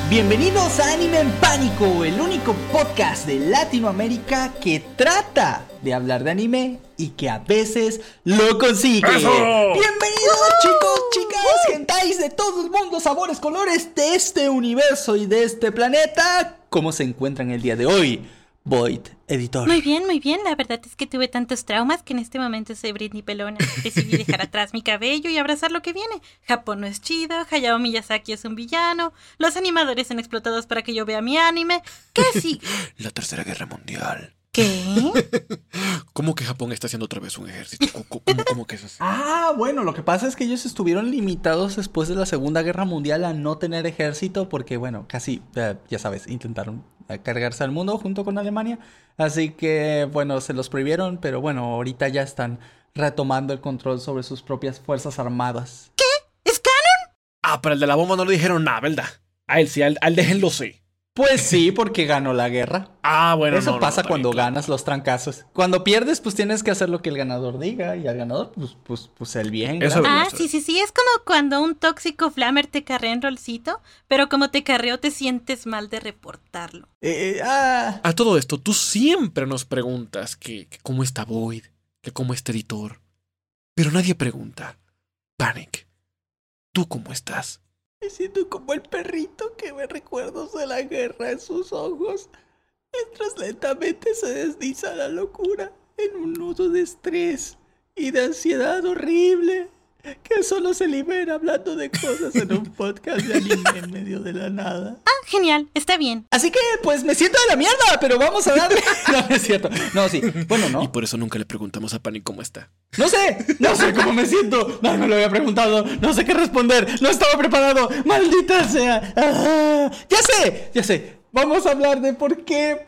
Bienvenidos a Anime en Pánico, el único podcast de Latinoamérica que trata de hablar de anime y que a veces lo consigue. ¡Eso! Bienvenidos chicos, chicas, gentais de todo el mundo, sabores, colores de este universo y de este planeta. ¿Cómo se encuentran el día de hoy, Void, editor? Muy bien, muy bien. La verdad es que tuve tantos traumas que en este momento soy Britney Pelona. Decidí dejar atrás mi cabello y abrazar lo que viene. Japón no es chido, Hayao Miyazaki es un villano, los animadores son explotados para que yo vea mi anime. ¿Qué sigue? La Tercera Guerra Mundial. ¿Qué? ¿Cómo que Japón está haciendo otra vez un ejército? ¿Cómo que eso es? Bueno, lo que pasa es que ellos estuvieron limitados después de la Segunda Guerra Mundial a no tener ejército porque, bueno, casi, ya sabes, intentaron cargarse al mundo junto con Alemania. Así que, bueno, se los prohibieron, pero bueno, ahorita ya están retomando el control sobre sus propias fuerzas armadas. ¿Qué? ¿Es canon? Ah, pero el de la bomba no le dijeron nada, ¿verdad? A él sí, al déjenlo sí. Pues sí, porque ganó la guerra. Bueno, Eso no, pasa no, cuando bien, claro. ganas los trancazos. Cuando pierdes, pues tienes que hacer lo que el ganador diga. Y al ganador, pues el bien. Eso gana. es. Sí. Es como cuando un tóxico flamer te carrea en rolcito, pero como te carreó te sientes mal de reportarlo. A todo esto, tú siempre nos preguntas que cómo está Void, que cómo está Editor. Pero nadie pregunta, Panic, ¿tú cómo estás? Me siento como el perrito que ve recuerdos de la guerra en sus ojos, mientras lentamente se desliza la locura en un nudo de estrés y de ansiedad horrible, que solo se libera hablando de cosas en un podcast de anime en medio de la nada. Genial, está bien. Así que, pues, me siento de la mierda, pero vamos a darle... No, no es cierto. No, sí. Bueno, ¿no? Y por eso nunca le preguntamos a Panic cómo está. No sé cómo me siento. No me lo había preguntado. No sé qué responder. No estaba preparado. Maldita sea. Ya sé. Vamos a hablar de por qué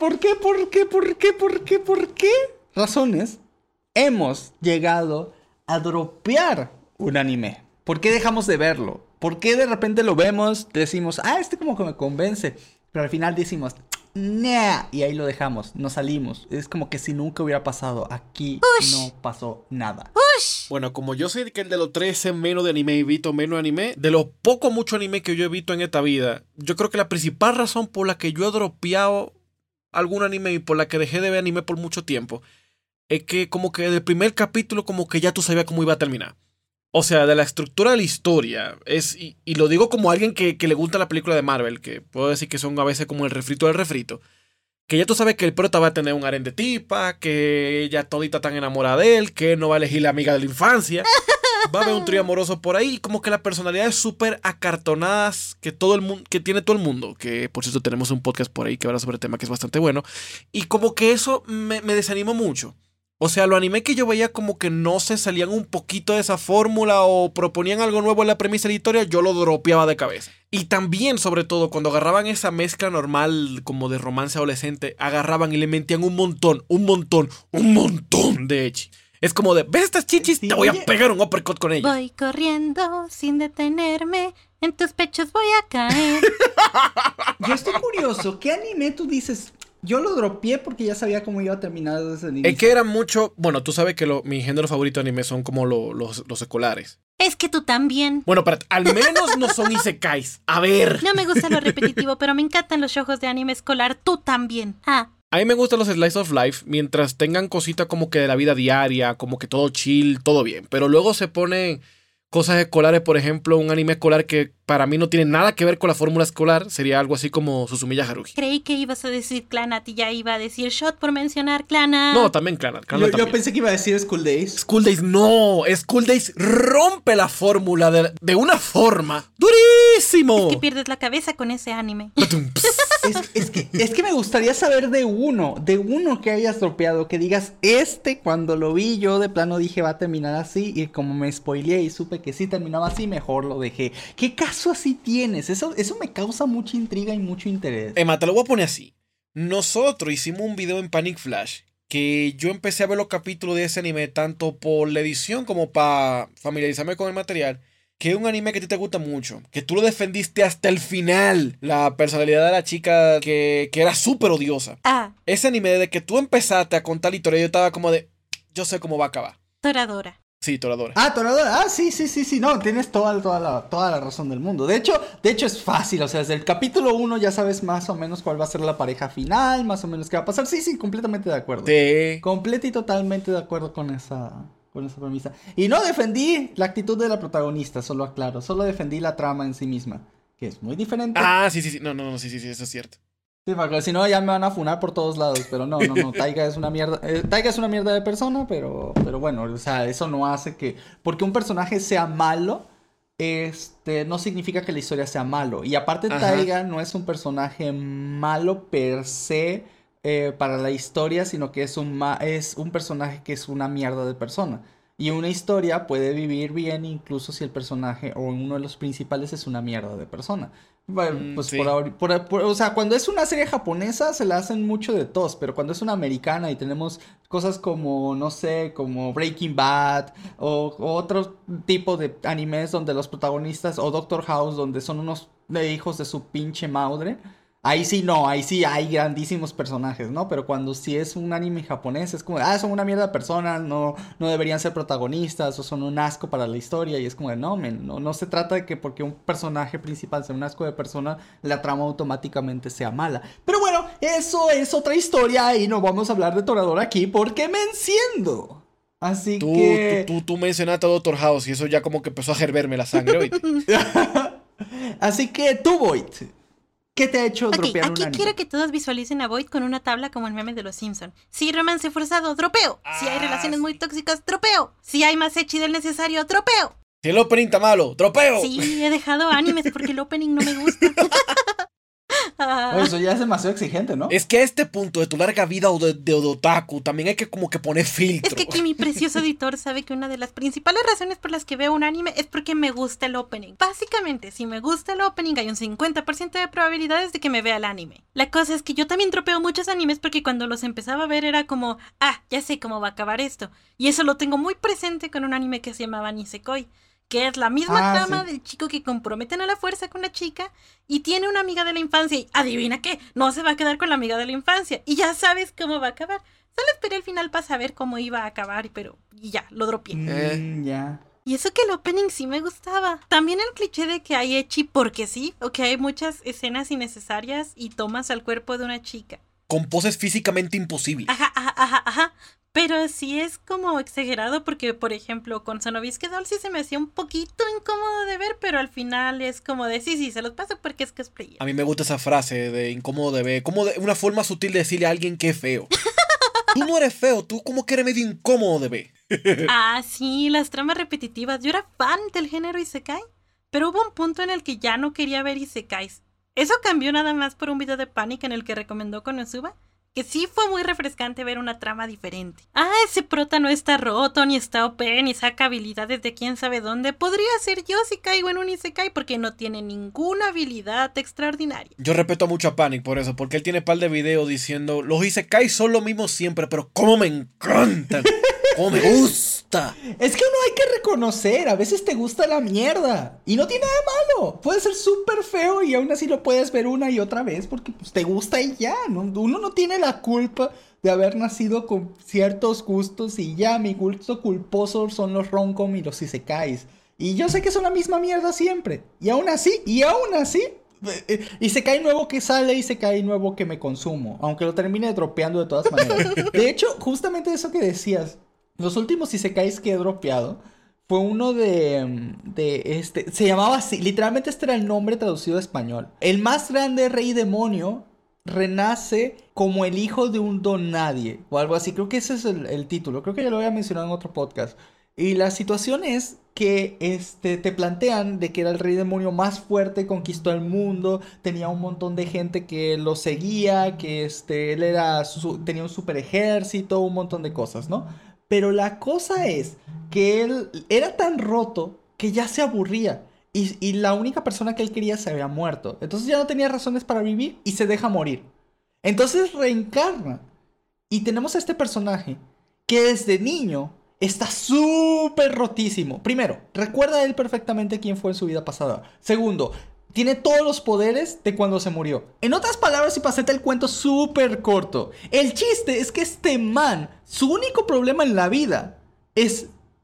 razones hemos llegado a dropear un anime. ¿Por qué dejamos de verlo? ¿Por qué de repente lo vemos, decimos, este como que me convence? Pero al final decimos, nah, y ahí lo dejamos, nos salimos. Es como que si nunca hubiera pasado. Aquí no pasó nada. Bueno, como yo soy que el de los 13 menos de anime y visto menos anime, de los poco mucho anime que yo he visto en esta vida, yo creo que la principal razón por la que yo he dropeado algún anime y por la que dejé de ver anime por mucho tiempo es que como que del primer capítulo como que ya tú sabías cómo iba a terminar. O sea, de la estructura de la historia, y lo digo como alguien que le gusta la película de Marvel, que puedo decir que son a veces como el refrito del refrito, que ya tú sabes que el prota va a tener un harén de tipa, que ella todita tan enamorada de él, que él no va a elegir la amiga de la infancia, va a haber un trío amoroso por ahí, y como que las personalidades súper acartonadas que todo el mundo, que tiene todo el mundo, que por cierto tenemos un podcast por ahí que habla sobre el tema que es bastante bueno, y como que eso me desanimó mucho. O sea, los animes que yo veía como que no se salían un poquito de esa fórmula o proponían algo nuevo en la premisa de la historia, yo lo dropeaba de cabeza. Y también, sobre todo, cuando agarraban esa mezcla normal como de romance adolescente, agarraban y le metían un montón de ecchi. Es como de, ¿ves estas chichis? Sí, te voy a oye. pegar un uppercut con ellas. Voy corriendo sin detenerme, en tus pechos voy a caer. Yo estoy curioso, ¿qué anime tú dices? Yo lo dropeé porque ya sabía cómo iba a terminar desde el inicio. Es que era mucho, bueno, tú sabes que mi género favorito de anime son como los escolares. Es que tú también. Bueno, pero al menos no son isekais. A ver. No me gusta lo repetitivo, pero me encantan los shoujos de anime escolar. Tú también. A mí me gustan los slice of life mientras tengan cositas como que de la vida diaria, como que todo chill, todo bien. Pero luego se ponen cosas escolares, por ejemplo, un anime escolar que para mí no tiene nada que ver con la fórmula escolar, sería algo así como Suzumiya Haruhi. Creí que ibas a decir Clanat y ya iba a decir Shot por mencionar Clanat. No, también Clanat. Yo también. pensé que iba a decir School Days. School Days, no. School Days rompe la fórmula de una forma durísimo. Es que pierdes la cabeza con ese anime. Es que me gustaría saber de uno que hayas dropeado, que digas, cuando lo vi yo de plano dije va a terminar así, y como me spoileé y supe que sí terminaba así, mejor lo dejé. ¿Qué caso así tienes? Eso me causa mucha intriga y mucho interés. Emma, te lo voy a poner así. Nosotros hicimos un video en Panic Flash que yo empecé a ver los capítulos de ese anime tanto por la edición como para familiarizarme con el material. Que es un anime que a ti te gusta mucho, que tú lo defendiste hasta el final. La personalidad de la chica que era súper odiosa. Ese anime, desde que tú empezaste a contar la historia, yo estaba como de, yo sé cómo va a acabar. Toradora. Sí, Toradora. Ah, Toradora. Ah, sí. No, tienes toda la razón del mundo. De hecho es fácil. O sea, desde el capítulo 1 ya sabes más o menos cuál va a ser la pareja final, más o menos qué va a pasar. Sí, completamente de acuerdo. Sí. Completa y totalmente de acuerdo con esa premisa. Y no defendí la actitud de la protagonista, solo aclaro. Solo defendí la trama en sí misma, que es muy diferente. Ah, sí. No, sí, eso es cierto. Sí, porque si no ya me van a funar por todos lados, pero no, Taiga es una mierda, Taiga es una mierda de persona, pero bueno, o sea, eso no hace que, porque un personaje sea malo, no significa que la historia sea malo, y aparte Taiga no es un personaje malo per se para la historia, sino que es un personaje que es una mierda de persona. Y una historia puede vivir bien incluso si el personaje o uno de los principales es una mierda de persona. Bueno, pues sí. o sea, cuando es una serie japonesa se la hacen mucho de tos, pero cuando es una americana y tenemos cosas como, no sé, como Breaking Bad o otro tipo de animes donde los protagonistas, o Doctor House, donde son unos hijos de su pinche madre, ahí sí hay grandísimos personajes, ¿no? Pero cuando sí es un anime japonés, es como, son una mierda de personas, no deberían ser protagonistas, o son un asco para la historia, y es como, no se trata de que porque un personaje principal sea un asco de persona, la trama automáticamente sea mala. Pero bueno, eso es otra historia, y no vamos a hablar de Toradora aquí, porque me enciendo. Así que... Tú mencionaste a Doctor House, y eso ya como que empezó a herverme la sangre, ¿oíste? Así que tú, Void, ¿qué te ha hecho dropear un aquí anime? quiero que todos visualicen a Void con una tabla como el meme de los Simpson. Si hay romance forzado, dropeo. Si hay relaciones muy tóxicas, dropeo. Si hay más ecchi del necesario, dropeo. Si el opening está malo, dropeo. Sí, he dejado animes porque el opening no me gusta. Oye, eso ya es demasiado exigente, ¿no? Es que a este punto de tu larga vida de otaku también hay que como que poner filtro. Es que aquí mi precioso editor sabe que una de las principales razones por las que veo un anime es porque me gusta el opening. Básicamente, si me gusta el opening hay un 50% de probabilidades de que me vea el anime. La cosa es que yo también tropeo muchos animes porque cuando los empezaba a ver era como, ya sé cómo va a acabar esto. Y eso lo tengo muy presente con un anime que se llamaba Nisekoi, que es la misma trama del chico que comprometen a la fuerza con la chica y tiene una amiga de la infancia y adivina qué, no se va a quedar con la amiga de la infancia y ya sabes cómo va a acabar. Solo esperé el final para saber cómo iba a acabar, pero ya, lo dropeé. Ya. Y eso que el opening sí me gustaba. También el cliché de que hay ecchi porque sí, o que hay muchas escenas innecesarias y tomas al cuerpo de una chica. Con poses físicamente imposibles. Ajá. Pero sí es como exagerado porque, por ejemplo, con Sonobisque Doll sí se me hacía un poquito incómodo de ver, pero al final es como de sí, se los paso porque es cosplayer. A mí me gusta esa frase de incómodo de ver, como de una forma sutil de decirle a alguien que es feo. Tú no eres feo, tú como que eres medio incómodo de ver. Sí, las tramas repetitivas. Yo era fan del género Isekai, pero hubo un punto en el que ya no quería ver Isekais. Eso cambió nada más por un video de Panic en el que recomendó Konosuba, que sí fue muy refrescante ver una trama diferente. Ese prota no está roto, ni está OP, ni saca habilidades de quién sabe dónde. Podría ser yo si caigo en un Isekai porque no tiene ninguna habilidad extraordinaria. Yo respeto mucho a Panic por eso, porque él tiene un par de videos diciendo, los Isekai son lo mismo siempre, pero cómo me encantan, cómo me gusta. Es que uno hay que reconocer, a veces te gusta la mierda y no tiene nada de malo. Puede ser súper feo y aún así lo puedes ver una y otra vez porque pues, te gusta y ya, ¿no? Uno no tiene la culpa de haber nacido con ciertos gustos y ya mi gusto culposo son los rom-com y los isekais. Y yo sé que son la misma mierda siempre. Y aún así, Isekai nuevo que sale, Isekai nuevo que me consumo. Aunque lo termine dropeando de todas maneras. De hecho, justamente eso que decías, los últimos isekais que he dropeado fue uno se llamaba así, literalmente este era el nombre traducido a español. El más grande rey demonio renace como el hijo de un don nadie, o algo así, creo que ese es el título, creo que ya lo había mencionado en otro podcast. Y la situación es que te plantean de que era el rey demonio más fuerte, conquistó el mundo, tenía un montón de gente que lo seguía, que él tenía un super ejército, un montón de cosas, ¿no? Pero la cosa es que él era tan roto que ya se aburría. Y la única persona que él quería se había muerto. Entonces ya no tenía razones para vivir y se deja morir. Entonces reencarna. Y tenemos a este personaje que desde niño está súper rotísimo. Primero, recuerda él perfectamente quién fue en su vida pasada. Segundo, tiene todos los poderes de cuando se murió. En otras palabras, y para hacerte el cuento súper corto, el chiste es que este man, su único problema en la vida es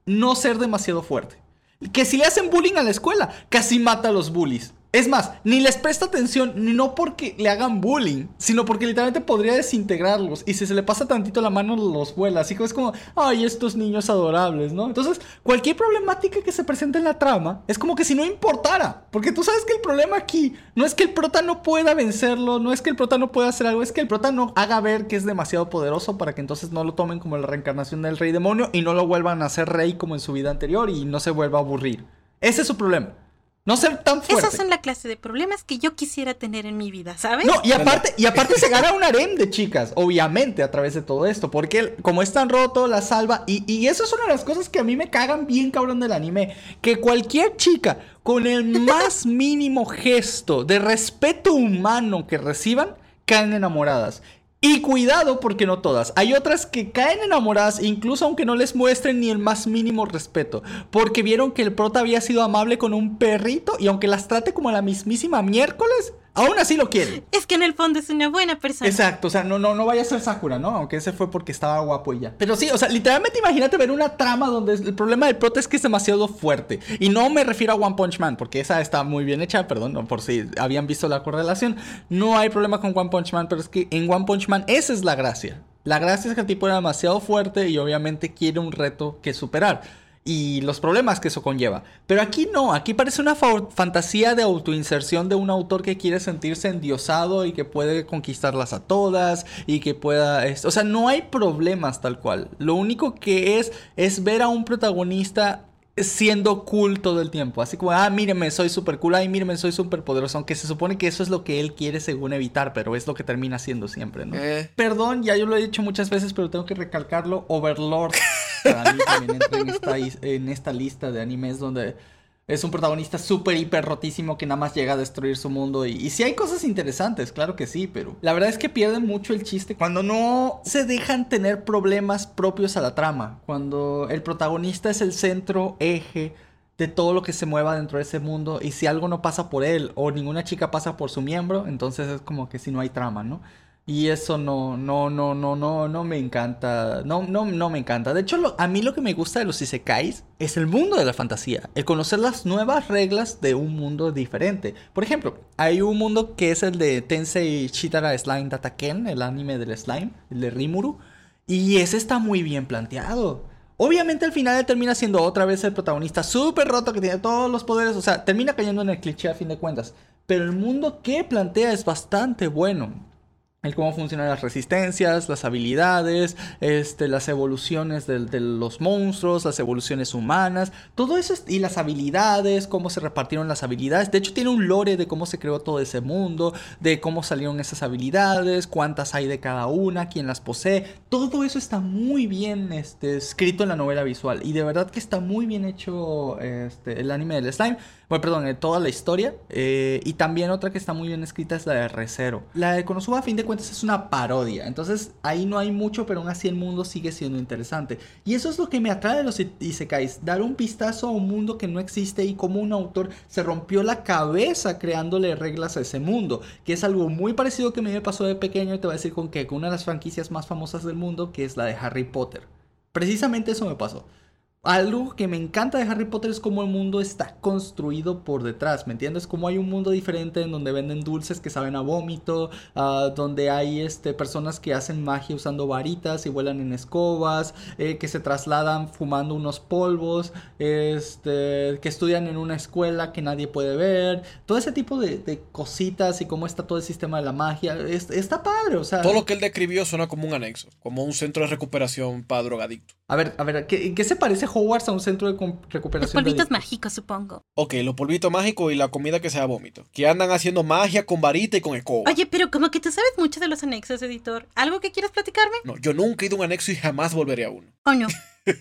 no ser demasiado fuerte. Que si le hacen bullying a la escuela, casi mata a los bullies. Es más, ni les presta atención, no porque le hagan bullying, sino porque literalmente podría desintegrarlos. Y si se le pasa tantito la mano, los vuela. Así que es como, ay, estos niños adorables, ¿no? Entonces, cualquier problemática que se presente en la trama, es como que si no importara. Porque tú sabes que el problema aquí no es que el prota no pueda vencerlo, no es que el prota no pueda hacer algo, es que el prota no haga ver que es demasiado poderoso para que entonces no lo tomen como la reencarnación del rey demonio y no lo vuelvan a hacer rey como en su vida anterior y no se vuelva a aburrir. Ese es su problema. No ser tan fuerte. Esas son la clase de problemas que yo quisiera tener en mi vida, ¿sabes? No, y aparte se gana un harem de chicas, obviamente, a través de todo esto. Porque él, como es tan roto, la salva. Y eso es una de las cosas que a mí me cagan bien cabrón del anime. Que cualquier chica con el más mínimo gesto de respeto humano que reciban, caen enamoradas. Y cuidado porque no todas. Hay otras que caen enamoradas incluso aunque no les muestren ni el más mínimo respeto. Porque vieron que el prota había sido amable con un perrito y aunque las trate como a la mismísima miércoles, aún así lo quieren. Es que en el fondo es una buena persona. Exacto, o sea, no vaya a ser Sakura, ¿no? Aunque ese fue porque estaba guapo y ya. Pero sí, o sea, literalmente imagínate ver una trama donde el problema del prota es que es demasiado fuerte. Y no me refiero a One Punch Man, porque esa está muy bien hecha, perdón, no, por si habían visto la correlación. No hay problema con One Punch Man, pero es que en One Punch Man esa es la gracia. La gracia es que el tipo era demasiado fuerte y obviamente quiere un reto que superar. Y los problemas que eso conlleva. Pero aquí no, aquí parece una fantasía de autoinserción de un autor que quiere sentirse endiosado y que puede conquistarlas a todas y que pueda... O sea, no hay problemas tal cual. Lo único que es ver a un protagonista siendo cool todo el tiempo. Así como, míreme, soy súper cool, ay, míreme, soy súper poderoso. Aunque se supone que eso es lo que él quiere según evitar, pero es lo que termina haciendo siempre, ¿no? Perdón, ya yo lo he dicho muchas veces, pero tengo que recalcarlo. Overlord para mí también entra en esta lista de animes donde es un protagonista súper hiper rotísimo que nada más llega a destruir su mundo. Y sí hay cosas interesantes, claro que sí, pero la verdad es que pierden mucho el chiste cuando no se dejan tener problemas propios a la trama. Cuando el protagonista es el centro, eje de todo lo que se mueva dentro de ese mundo. Y si algo no pasa por él o ninguna chica pasa por su miembro, entonces es como que si no hay trama, ¿no? Y eso no me encanta. No me encanta. De hecho, a mí lo que me gusta de los isekais es el mundo de la fantasía. El conocer las nuevas reglas de un mundo diferente. Por ejemplo, hay un mundo que es el de Tensei Shitara Slime Dataken, el anime del slime, el de Rimuru. Y ese está muy bien planteado. Obviamente al final él termina siendo otra vez el protagonista súper roto que tiene todos los poderes. O sea, termina cayendo en el cliché a fin de cuentas. Pero el mundo que plantea es bastante bueno. El cómo funcionan las resistencias, las habilidades, las evoluciones de los monstruos, las evoluciones humanas, todo eso y las habilidades, cómo se repartieron las habilidades. De hecho tiene un lore de cómo se creó todo ese mundo, de cómo salieron esas habilidades, cuántas hay de cada una, quién las posee. Todo eso está muy bien escrito en la novela visual y de verdad que está muy bien hecho el anime del slime. Bueno, perdón, toda la historia. Y también otra que está muy bien escrita es la de Re:Zero. La de Konosuba a fin de cuentas es una parodia. Entonces ahí no hay mucho, pero aún así el mundo sigue siendo interesante. Y eso es lo que me atrae de los isekais. Dar un vistazo a un mundo que no existe y cómo un autor se rompió la cabeza creándole reglas a ese mundo. Que es algo muy parecido que me pasó de pequeño. Y te voy a decir con una de las franquicias más famosas del mundo, que es la de Harry Potter. Precisamente eso me pasó. Algo que me encanta de Harry Potter es cómo el mundo está construido por detrás, ¿me entiendes? Cómo hay un mundo diferente en donde venden dulces que saben a vómito, donde hay personas que hacen magia usando varitas y vuelan en escobas, que se trasladan fumando unos polvos, que estudian en una escuela que nadie puede ver, todo ese tipo de cositas y cómo está todo el sistema de la magia, está padre, o sea... Todo lo que él describió suena como un anexo, como un centro de recuperación para drogadictos. A ver, ¿qué se parece Hogwarts a un centro de recuperación? Los polvitos mágicos, supongo. Ok, los polvitos mágicos y la comida que sea vómito. Que andan haciendo magia con varita y con escoba. Oye, pero como que tú sabes mucho de los anexos, editor. ¿Algo que quieras platicarme? No, yo nunca he ido a un anexo y jamás volveré a uno. Oh, no.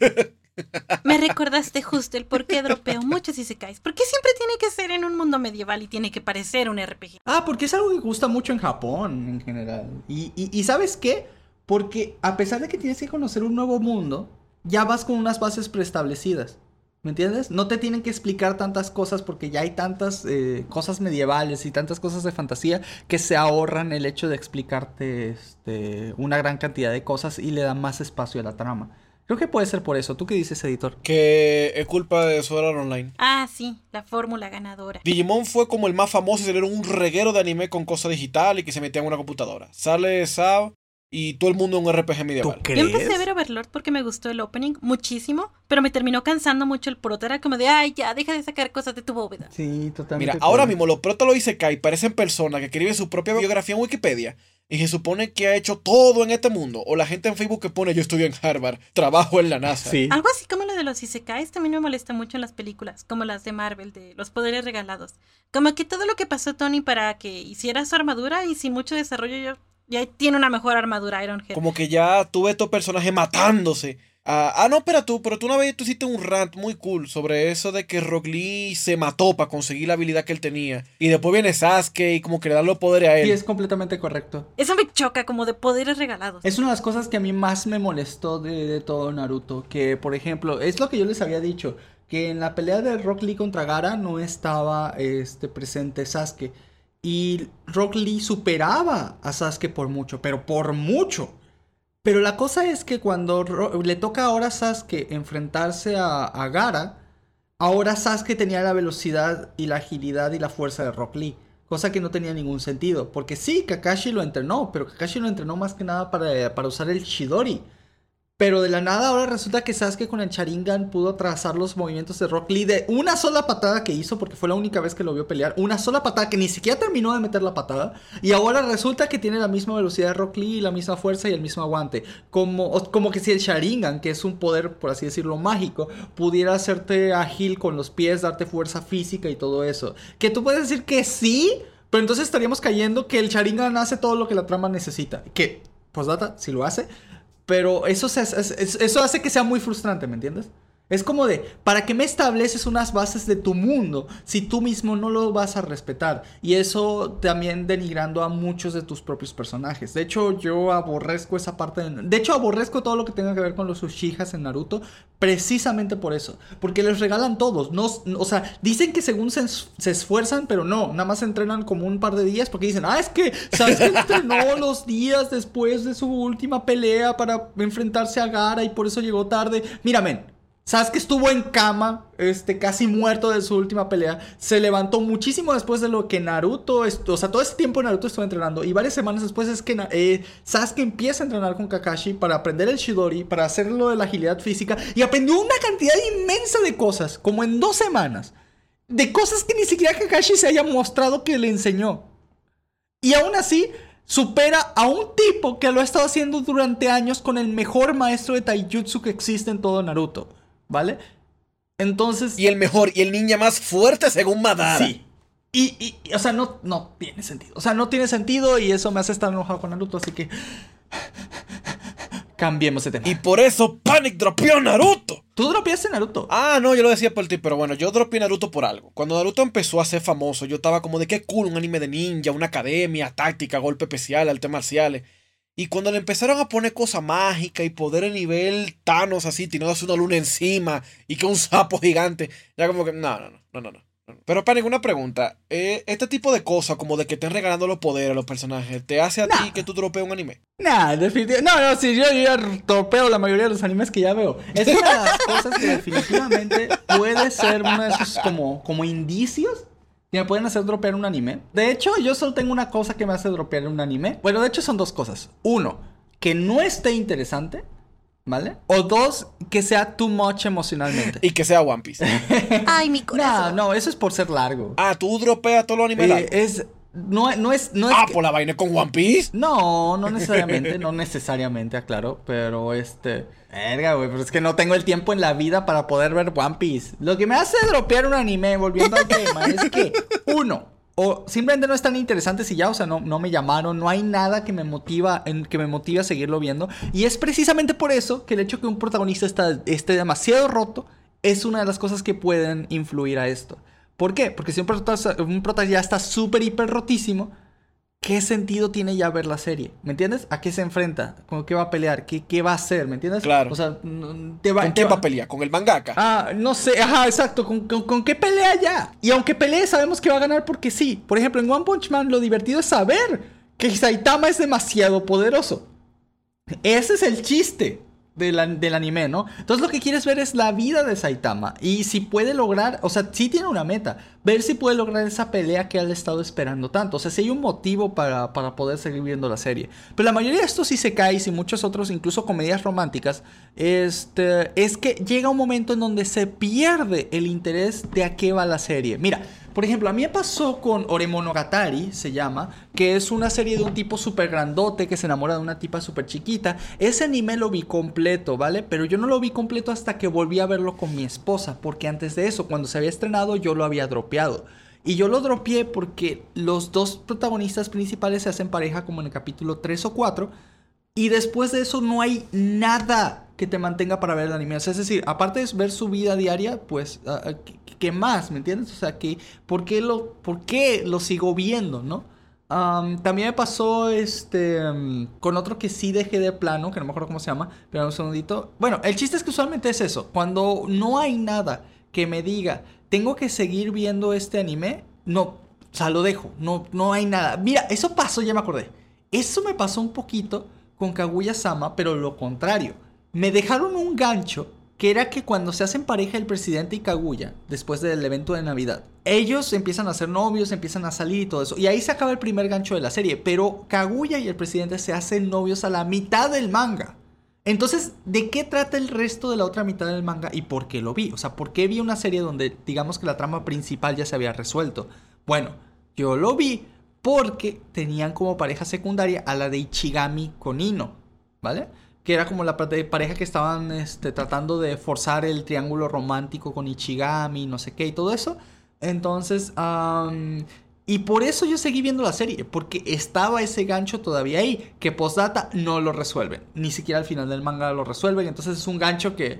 Me recordaste justo el por qué dropeo muchos isekais. ¿Por qué siempre tiene que ser en un mundo medieval y tiene que parecer un RPG? Porque es algo que gusta mucho en Japón en general. Y ¿sabes qué? Porque a pesar de que tienes que conocer un nuevo mundo, ya vas con unas bases preestablecidas. ¿Me entiendes? No te tienen que explicar tantas cosas porque ya hay tantas cosas medievales y tantas cosas de fantasía que se ahorran el hecho de explicarte una gran cantidad de cosas y le dan más espacio a la trama. Creo que puede ser por eso. ¿Tú qué dices, editor? Que es culpa de Sword Art Online. Ah, sí, la fórmula ganadora. Digimon fue como el más famoso y salieron un reguero de anime con cosas digitales y que se metían en una computadora. Sale Sao y todo el mundo en un RPG medieval. ¿Tú crees? Yo empecé a ver Overlord porque me gustó el opening muchísimo, pero me terminó cansando mucho el prota. Era como de, ay, ya, deja de sacar cosas de tu bóveda. Sí, totalmente. Mira, ahora mismo los protas los Isekai parecen personas que escriben su propia biografía en Wikipedia y se supone que ha hecho todo en este mundo. O la gente en Facebook que pone, yo estudio en Harvard, trabajo en la NASA. Sí. Algo así como lo de los isekais también me molesta mucho en las películas, como las de Marvel, de los poderes regalados. Como que todo lo que pasó Tony para que hiciera su armadura y sin mucho desarrollo ya tiene una mejor armadura Ironhead. Como que ya tuve estos personajes matándose. No, pero tú una vez tú hiciste un rant muy cool sobre eso de que Rock Lee se mató para conseguir la habilidad que él tenía. Y después viene Sasuke y como que le dan los poderes a él. Sí, es completamente correcto. Eso me choca, como de poderes regalados. Es una de las cosas que a mí más me molestó de todo Naruto. Que, por ejemplo, es lo que yo les había dicho. Que en la pelea de Rock Lee contra Gaara no estaba presente Sasuke. Y Rock Lee superaba a Sasuke por mucho, pero por mucho. Pero la cosa es que cuando le toca ahora a Sasuke enfrentarse a Gaara, ahora Sasuke tenía la velocidad y la agilidad y la fuerza de Rock Lee. Cosa que no tenía ningún sentido. Porque sí, Kakashi lo entrenó, pero Kakashi lo entrenó más que nada para usar el Chidori. Pero de la nada ahora resulta que Sasuke con el Sharingan pudo trazar los movimientos de Rock Lee de una sola patada que hizo, porque fue la única vez que lo vio pelear. Una sola patada que ni siquiera terminó de meter la patada. Y ahora resulta que tiene la misma velocidad de Rock Lee, la misma fuerza y el mismo aguante. Como que si el Sharingan, que es un poder, por así decirlo, mágico, pudiera hacerte ágil con los pies, darte fuerza física y todo eso. Que tú puedes decir que sí, pero entonces estaríamos cayendo que el Sharingan hace todo lo que la trama necesita. Que, postdata, sí lo hace. Pero eso hace que sea muy frustrante, ¿me entiendes? Es como de, ¿para qué me estableces unas bases de tu mundo si tú mismo no lo vas a respetar? Y eso también denigrando a muchos de tus propios personajes. De hecho, yo aborrezco esa parte. De hecho, aborrezco todo lo que tenga que ver con los Uchihas en Naruto. Precisamente por eso. Porque les regalan todos. No, o sea, dicen que según se esfuerzan, pero no. Nada más entrenan como un par de días. Porque dicen, es que Sasuke entrenó los días después de su última pelea para enfrentarse a Gaara y por eso llegó tarde. Mira, men. Sasuke estuvo en cama, casi muerto de su última pelea. Se levantó muchísimo después de lo que Naruto... O sea, todo ese tiempo Naruto estuvo entrenando. Y varias semanas después es que Sasuke empieza a entrenar con Kakashi para aprender el Chidori, para hacer lo de la agilidad física. Y aprendió una cantidad inmensa de cosas, como en 2 semanas. De cosas que ni siquiera Kakashi se haya mostrado que le enseñó. Y aún así... supera a un tipo que lo ha estado haciendo durante años con el mejor maestro de taijutsu que existe en todo Naruto. ¿Vale? Entonces... Y el mejor, y el ninja más fuerte según Madara. Sí. Y o sea, no tiene sentido. O sea, no tiene sentido y eso me hace estar enojado con Naruto, así que... cambiemos de tema. Y por eso Panic dropeó Naruto. ¿Tú dropeaste Naruto? No, yo lo decía por ti, pero bueno, yo dropeé Naruto por algo. Cuando Naruto empezó a ser famoso, yo estaba como de qué cool, un anime de ninja, una academia, táctica, golpe especial, artes marciales. Y cuando le empezaron a poner cosas mágicas y poder a nivel Thanos así, tirándose una luna encima y que un sapo gigante, ya como que, no. Pero para ninguna pregunta, este tipo de cosas, como de que estén regalando los poderes a los personajes, ¿te hace a ti que tú dropees un anime? Definitivamente. No, sí, yo ya tropeo la mayoría de los animes que ya veo. Es una de las cosas que definitivamente puede ser uno de esos como indicios que me pueden hacer dropear un anime. De hecho, yo solo tengo una cosa que me hace dropear un anime. Bueno, de hecho son 2 cosas. 1, que no esté interesante, ¿vale? O 2, que sea too much emocionalmente. Y que sea One Piece. Ay, mi corazón. No, eso es por ser largo. Tú dropeas todos los animes largos. No es por la vaina con One Piece. No necesariamente, aclaro. Pero verga, güey, pero es que no tengo el tiempo en la vida para poder ver One Piece. Lo que me hace dropear un anime, volviendo al tema, es que, 1, o simplemente no es tan interesante si ya, o sea, no me llamaron, no hay nada que me motive a seguirlo viendo. Y es precisamente por eso que el hecho que un protagonista esté demasiado roto es una de las cosas que pueden influir a esto. ¿Por qué? Porque si un prota ya está súper hiper rotísimo, ¿qué sentido tiene ya ver la serie? ¿Me entiendes? ¿A qué se enfrenta? ¿Con qué va a pelear? ¿Qué va a hacer? ¿Me entiendes? Claro. O sea, ¿Con qué va a pelear? ¿Con el mangaka? No sé. Exacto. ¿Con qué pelea ya? Y aunque pelee, sabemos que va a ganar porque sí. Por ejemplo, en One Punch Man, lo divertido es saber que Saitama es demasiado poderoso. Ese es el chiste. del anime, ¿no? Entonces lo que quieres ver es la vida de Saitama. Y si puede lograr, o sea, sí tiene una meta. Ver si puede lograr esa pelea que él ha estado esperando tanto. O sea, si hay un motivo para poder seguir viendo la serie. Pero la mayoría de estos isekais y muchos otros, incluso comedias románticas, es que llega un momento en donde se pierde el interés de a qué va la serie. Mira, por ejemplo, a mí me pasó con Oremonogatari, se llama, que es una serie de un tipo súper grandote que se enamora de una tipa súper chiquita. Ese anime lo vi completo, ¿vale? Pero yo no lo vi completo hasta que volví a verlo con mi esposa, porque antes de eso, cuando se había estrenado, yo lo había dropeado. Y yo lo dropeé porque los dos protagonistas principales se hacen pareja como en el capítulo 3 o 4. Y después de eso no hay nada que te mantenga para ver el anime. O sea, es decir, aparte de ver su vida diaria, pues, ¿qué más? ¿Me entiendes? O sea, ¿por qué lo sigo viendo, no? También me pasó con otro que sí dejé de plano, que no me acuerdo cómo se llama, pero un segundito. Bueno, el chiste es que usualmente es eso. Cuando no hay nada que me diga, tengo que seguir viendo este anime, no, o sea, lo dejo. No hay nada. Mira, eso pasó, ya me acordé. Eso me pasó un poquito con Kaguya-sama, pero lo contrario. Me dejaron un gancho que era que cuando se hacen pareja el presidente y Kaguya, después del evento de Navidad, ellos empiezan a ser novios, empiezan a salir y todo eso. Y ahí se acaba el primer gancho de la serie. Pero Kaguya y el presidente se hacen novios a la mitad del manga. Entonces, ¿de qué trata el resto de la otra mitad del manga y por qué lo vi? O sea, ¿por qué vi una serie donde digamos que la trama principal ya se había resuelto? Bueno, yo lo vi porque tenían como pareja secundaria a la de Ichigami con Ino, ¿vale? Que era como la pareja que estaban tratando de forzar el triángulo romántico con Ichigami, no sé qué y todo eso. Entonces, y por eso yo seguí viendo la serie, porque estaba ese gancho todavía ahí, que postdata no lo resuelven. Ni siquiera al final del manga lo resuelven, entonces es un gancho que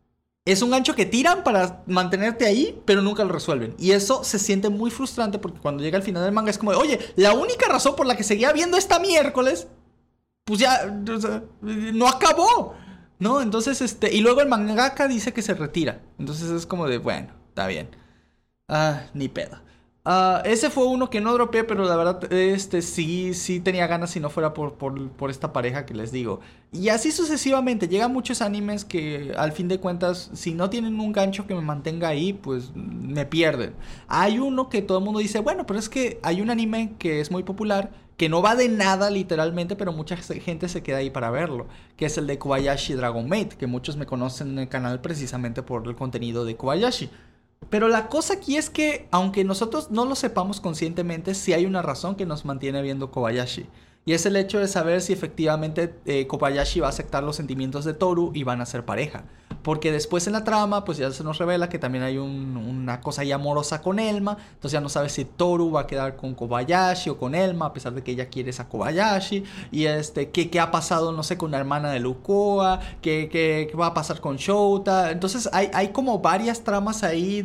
tiran para mantenerte ahí, pero nunca lo resuelven. Y eso se siente muy frustrante porque cuando llega al final del manga es como, oye, la única razón por la que seguía viendo esta miércoles, pues ya, o sea, no acabó, ¿no? Entonces, y luego el mangaka dice que se retira. Entonces es como de, bueno, está bien. Ni pedo. Ese fue uno que no dropeé, pero la verdad, sí tenía ganas si no fuera por esta pareja que les digo. Y así sucesivamente, llegan muchos animes que al fin de cuentas, si no tienen un gancho que me mantenga ahí, pues me pierden. Hay uno que todo el mundo dice, bueno, pero es que hay un anime que es muy popular, que no va de nada literalmente, pero mucha gente se queda ahí para verlo, que es el de Kobayashi Dragon Maid, que muchos me conocen en el canal precisamente por el contenido de Kobayashi. Pero la cosa aquí es que, aunque nosotros no lo sepamos conscientemente, sí hay una razón que nos mantiene viendo Kobayashi. Y es el hecho de saber si efectivamente Kobayashi va a aceptar los sentimientos de Toru y van a ser pareja. Porque después en la trama, pues ya se nos revela que también hay una cosa ahí amorosa con Elma. Entonces ya no sabes si Toru va a quedar con Kobayashi o con Elma, a pesar de que ella quiere esa Kobayashi. Y ¿qué ha pasado, no sé, con la hermana de Lukoa? ¿Qué va a pasar con Shouta? Entonces hay como varias tramas ahí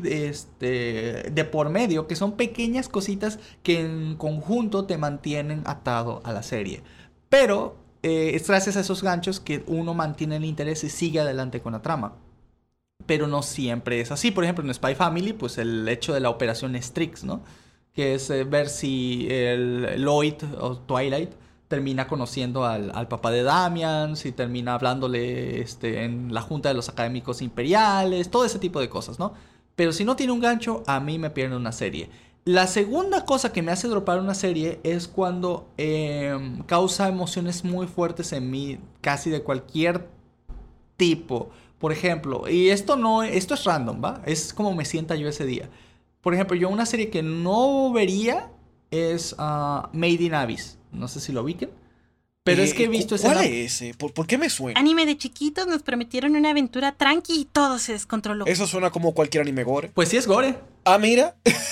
de por medio, que son pequeñas cositas que en conjunto te mantienen atado a la serie. Pero es gracias a esos ganchos que uno mantiene el interés y sigue adelante con la trama. Pero no siempre es así. Por ejemplo, en Spy Family, pues el hecho de la operación Strix, ¿no? Que es ver si el Lloyd o Twilight termina conociendo al papá de Damian, si termina hablándole en la junta de los académicos imperiales, todo ese tipo de cosas, ¿no? Pero si no tiene un gancho, a mí me pierde una serie. La segunda cosa que me hace dropar una serie es cuando causa emociones muy fuertes en mí, casi de cualquier tipo. Por ejemplo, y esto es random, ¿va? Es como me sienta yo ese día. Por ejemplo, yo una serie que no vería es Made in Abyss. No sé si lo ubiquen. Pero es que he visto ese... ¿Cuál es ese? ¿Por qué me suena? Anime de chiquitos, nos prometieron una aventura tranqui y todo se descontroló. Eso suena como cualquier anime gore. Pues sí es gore. Ah, mira.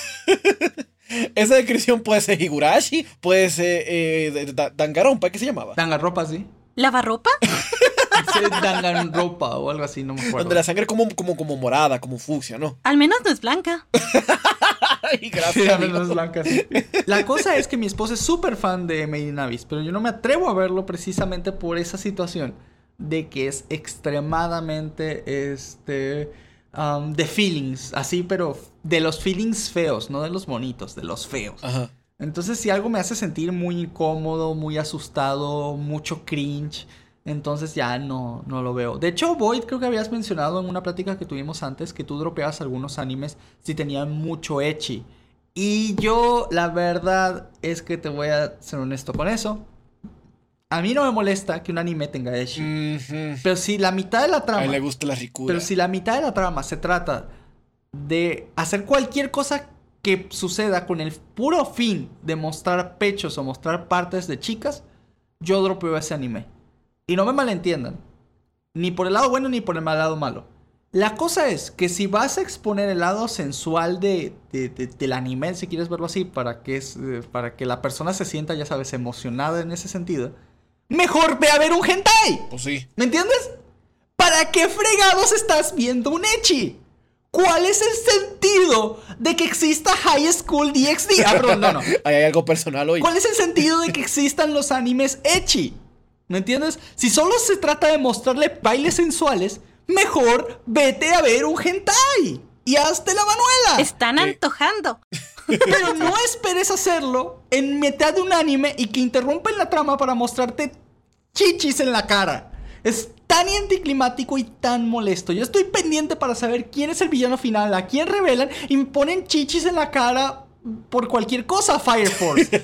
Esa descripción puede ser Higurashi, puede ser Danganronpa, ¿qué se llamaba? Danganronpa, sí. ¿Lavarropa? Sí, Danganronpa o algo así, no me acuerdo. Donde la sangre es como morada, como fucsia, ¿no? Al menos no es blanca. Ay, gracias. Sí, al menos es blanca, sí. La cosa es que mi esposa es súper fan de Made in Abyss, pero yo no me atrevo a verlo precisamente por esa situación de que es extremadamente de feelings, así, pero de los feelings feos, no de los bonitos, de los feos. Ajá. Entonces, si algo me hace sentir muy incómodo, muy asustado, mucho cringe, Entonces ya no lo veo. De hecho, Void, creo que habías mencionado en una plática que tuvimos antes que tú dropeabas algunos animes si tenían mucho ecchi. Y yo, la verdad es que te voy a ser honesto con eso. A mí no me molesta que un anime tenga ecchi. Pero si la mitad de la trama... A él le gusta la ricura. Pero si la mitad de la trama se trata de hacer cualquier cosa que suceda con el puro fin de mostrar pechos o mostrar partes de chicas, yo dropeo ese anime. Y no me malentiendan, ni por el lado bueno ni por el lado malo. La cosa es que si vas a exponer el lado sensual del anime, si quieres verlo así, para que la persona se sienta, ya sabes, emocionada en ese sentido, mejor ve a ver un hentai. Pues sí. ¿Me entiendes? ¿Para qué fregados estás viendo un ecchi? ¿Cuál es el sentido de que exista High School DxD? Ah, perdón, no. Ahí hay algo personal hoy. ¿Cuál es el sentido de que existan los animes ecchi? ¿Me entiendes? Si solo se trata de mostrarle bailes sensuales, mejor vete a ver un hentai y hazte la manuela. Están antojando. Pero no esperes hacerlo en mitad de un anime y que interrumpen la trama para mostrarte chichis en la cara. Es tan anticlimático y tan molesto. Yo estoy pendiente para saber quién es el villano final, a quién revelan y me ponen chichis en la cara por cualquier cosa, Fire Force.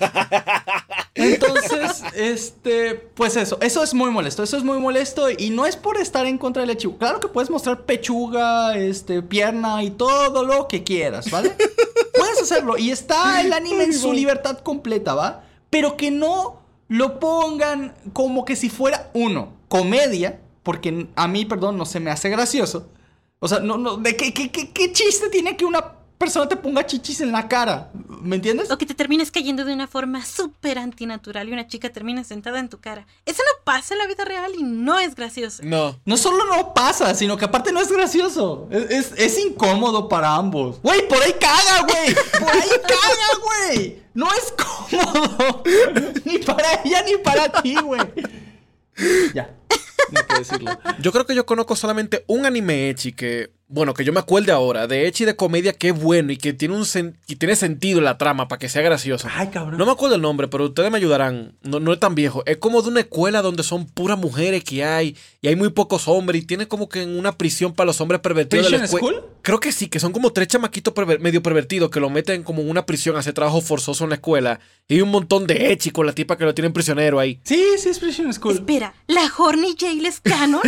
Entonces, pues eso es muy molesto. Eso es muy molesto y no es por estar en contra del ecchi. Claro que puedes mostrar pechuga, pierna y todo lo que quieras, ¿vale? Puedes hacerlo y está el anime en su libertad completa, ¿va? Pero que no lo pongan como que si fuera comedia, porque a mí, perdón, no se me hace gracioso. O sea, ¿de qué chiste tiene que una persona te ponga chichis en la cara? ¿Me entiendes? O que te termines cayendo de una forma súper antinatural y una chica termina sentada en tu cara. Eso no pasa en la vida real y no es gracioso. No solo no pasa, sino que aparte no es gracioso. Es incómodo para ambos. Güey, por ahí caga, güey. Por ahí caga, güey. No es cómodo. Ni para ella ni para ti, güey. Ya. No hay que decirlo. Yo creo que yo conozco solamente un anime ecchi que yo me acuerde ahora, de ecchi de comedia que es bueno y que tiene tiene sentido la trama para que sea gracioso. Ay, cabrón. No me acuerdo el nombre, pero ustedes me ayudarán. No es tan viejo. Es como de una escuela donde son puras mujeres que hay y hay muy pocos hombres y tiene como que una prisión para los hombres pervertidos de la escuela. ¿School? Creo que sí, que son como 3 chamaquitos medio pervertidos que lo meten como en una prisión a hacer trabajo forzoso en la escuela y hay un montón de ecchi con la tipa que lo tienen prisionero ahí. Sí, es Prison School. Espera, ¿la Horny Jail es canon?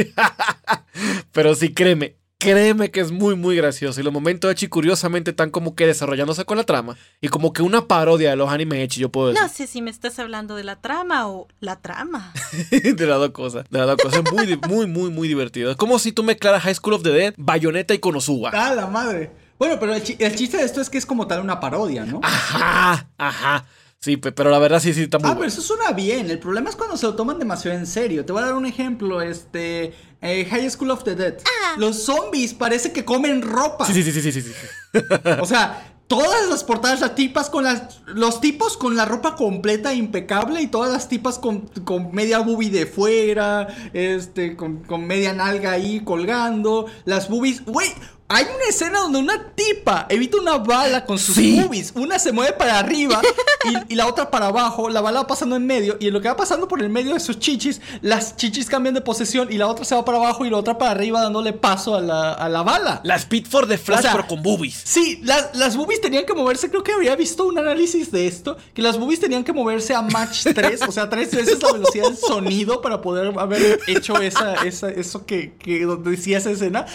Pero sí, créeme que es muy, muy gracioso. Y los momentos ecchi curiosamente están como que desarrollándose con la trama. Y como que una parodia de los animes ecchi, yo puedo decir. No sé si me estás hablando de la trama o la trama. De las dos cosas. Es muy, muy, muy, muy divertido. Es como si tú mezclaras High School of the Dead, Bayonetta y Konosuba. ¡Ah, la madre! Bueno, pero el chiste de esto es que es como tal una parodia, ¿no? Ajá. Sí, pero la verdad sí está muy bueno. Pero eso suena bien. El problema es cuando se lo toman demasiado en serio. Te voy a dar un ejemplo. High School of the Dead. Los zombies parece que comen ropa. Sí. O sea, todas las portadas, las tipas los tipos con la ropa completa impecable y todas las tipas con media boobie de fuera, con media nalga ahí colgando, las boobies, güey. Hay una escena donde una tipa evita una bala con sus boobies. Una se mueve para arriba y la otra para abajo. La bala va pasando en medio. Y en lo que va pasando por el medio de sus chichis, las chichis cambian de posición. Y la otra se va para abajo y la otra para arriba, dándole paso a la bala. La Speed for the Flash, pero con boobies. Sí, las boobies tenían que moverse. Creo que había visto un análisis de esto. Que las boobies tenían que moverse a Mach 3. O sea, 3 veces la velocidad del sonido para poder haber hecho eso que decía esa escena.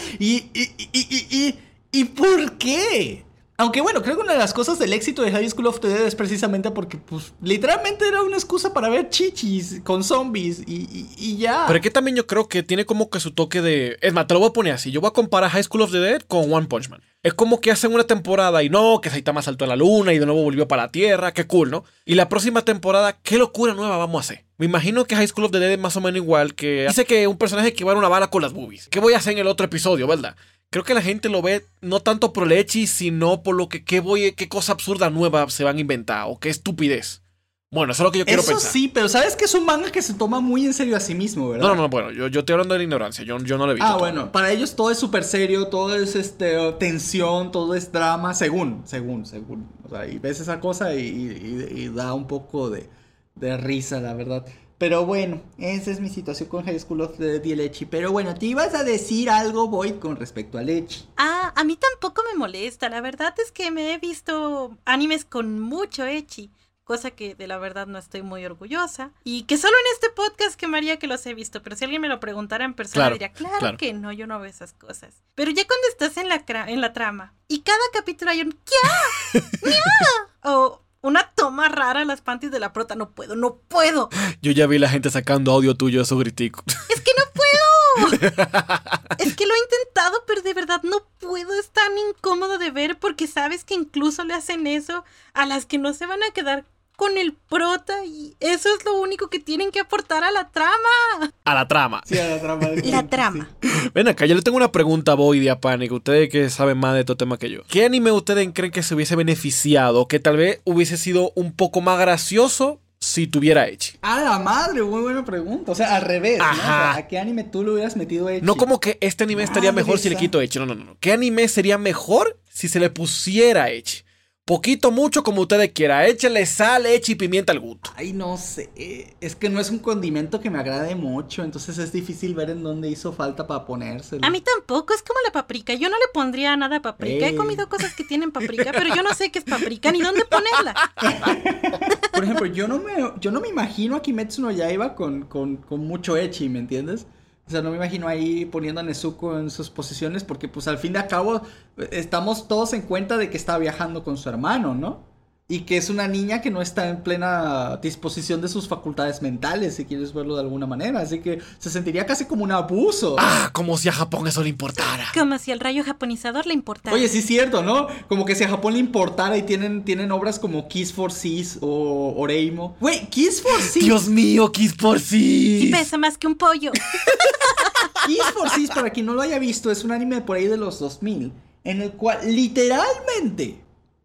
¿Y por qué? Aunque bueno, creo que una de las cosas del éxito de High School of the Dead es precisamente porque, pues, literalmente era una excusa para ver chichis con zombies y ya. Pero es que también yo creo que tiene como que su toque de... Es más, te lo voy a poner así. Yo voy a comparar High School of the Dead con One Punch Man. Es como que hacen una temporada y no, que Saitama saltó a la luna y de nuevo volvió para la Tierra. Qué cool, ¿no? Y la próxima temporada, ¿qué locura nueva vamos a hacer? Me imagino que High School of the Dead es más o menos igual, que dice que un personaje que va a una bala con las boobies. ¿Qué voy a hacer en el otro episodio, verdad? Creo que la gente lo ve no tanto por el ecchi, sino por lo que qué cosa absurda nueva se van a inventar o qué estupidez. Bueno, eso es lo que yo quiero pensar. Eso sí, pero sabes que es un manga que se toma muy en serio a sí mismo, ¿verdad? No, bueno, yo estoy hablando de la ignorancia, yo no lo he visto. Bueno, para ellos todo es súper serio, todo es tensión, todo es drama, según. O sea, y ves esa cosa y da un poco de risa, la verdad. Pero bueno, esa es mi situación con High School of the Dead Ecchi. Pero bueno, te ibas a decir algo, Void, con respecto al Ecchi. Ah, a mí tampoco me molesta. La verdad es que me he visto animes con mucho ecchi. Cosa que de la verdad no estoy muy orgullosa. Y que solo en este podcast quemaría que los he visto. Pero si alguien me lo preguntara en persona, Claro, diría, claro, claro. que no, yo no veo esas cosas. Pero ya cuando estás en la trama y cada capítulo hay un ¡Kia! ¡Nia! O una toma rara en las panties de la prota, no puedo. Yo ya vi la gente sacando audio tuyo de esos griticos. Es que no puedo. Es que lo he intentado, pero de verdad no puedo. Es tan incómodo de ver porque sabes que incluso le hacen eso a las que no se van a quedar con el prota y eso es lo único que tienen que aportar a la trama. A la trama. Sí, a la trama. La trama. Ven acá, yo le tengo una pregunta a Void y a Panic, ustedes que saben más de estos temas que yo. ¿Qué anime ustedes creen que se hubiese beneficiado, que tal vez hubiese sido un poco más gracioso si tuviera Ecchi? A la madre, muy buena pregunta. O sea, al revés, ¿no? O Ajá. sea, ¿a qué anime tú le hubieras metido Ecchi? No como que este anime estaría Madre mejor si le quito Ecchi, no. ¿Qué anime sería mejor si se le pusiera Ecchi? Poquito, mucho, como ustedes quieran. Échale sal, Ecchi y pimienta al gusto. Ay, no sé. Es que no es un condimento que me agrade mucho. Entonces es difícil ver en dónde hizo falta para ponérselo. A mí tampoco, es como la paprika. Yo no le pondría nada a paprika. Ey. He comido cosas que tienen paprika, pero yo no sé qué es paprika ni dónde ponerla. Por ejemplo, yo no me imagino a Kimetsu no Yaiba con mucho Ecchi, ¿me entiendes? O sea, no me imagino ahí poniendo a Nezuko en sus posiciones porque pues al fin de cabo estamos todos en cuenta de que está viajando con su hermano, ¿no? Y que es una niña que no está en plena disposición de sus facultades mentales, si quieres verlo de alguna manera. Así que se sentiría casi como un abuso. Ah, como si a Japón eso le importara. Como si el rayo japonizador le importara. Oye, sí es cierto, ¿no? Como que si a Japón le importara y tienen obras como Kiss for Sis o Oreimo. Güey, Kiss for Sis. Dios mío, Kiss por Sí sí. pesa más que un pollo. Kiss for Sis, para quien no lo haya visto, es un anime por ahí de los 2000, en el cual literalmente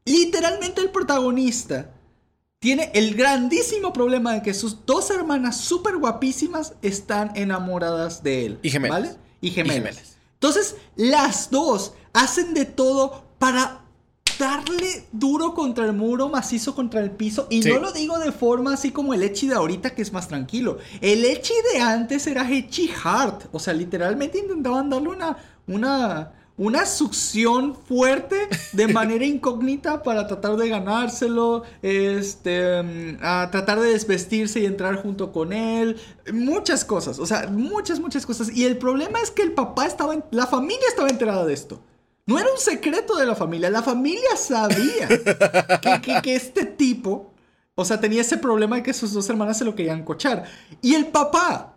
el protagonista tiene el grandísimo problema de que sus dos hermanas súper guapísimas están enamoradas de él. Y gemelas. ¿Vale? Y gemelas. Y gemelas. Entonces, las dos hacen de todo para darle duro contra el muro, macizo contra el piso. Y Sí. no lo digo de forma así como el Ecchi de ahorita, que es más tranquilo. El Ecchi de antes era Ecchi Hard. O sea, literalmente intentaban darle una succión fuerte de manera incógnita para tratar de ganárselo, a tratar de desvestirse y entrar junto con él, muchas cosas, o sea, muchas cosas. Y el problema es que la familia estaba enterada de esto. No era un secreto de la familia sabía que este tipo, o sea, tenía ese problema de que sus dos hermanas se lo querían cochar. Y el papá,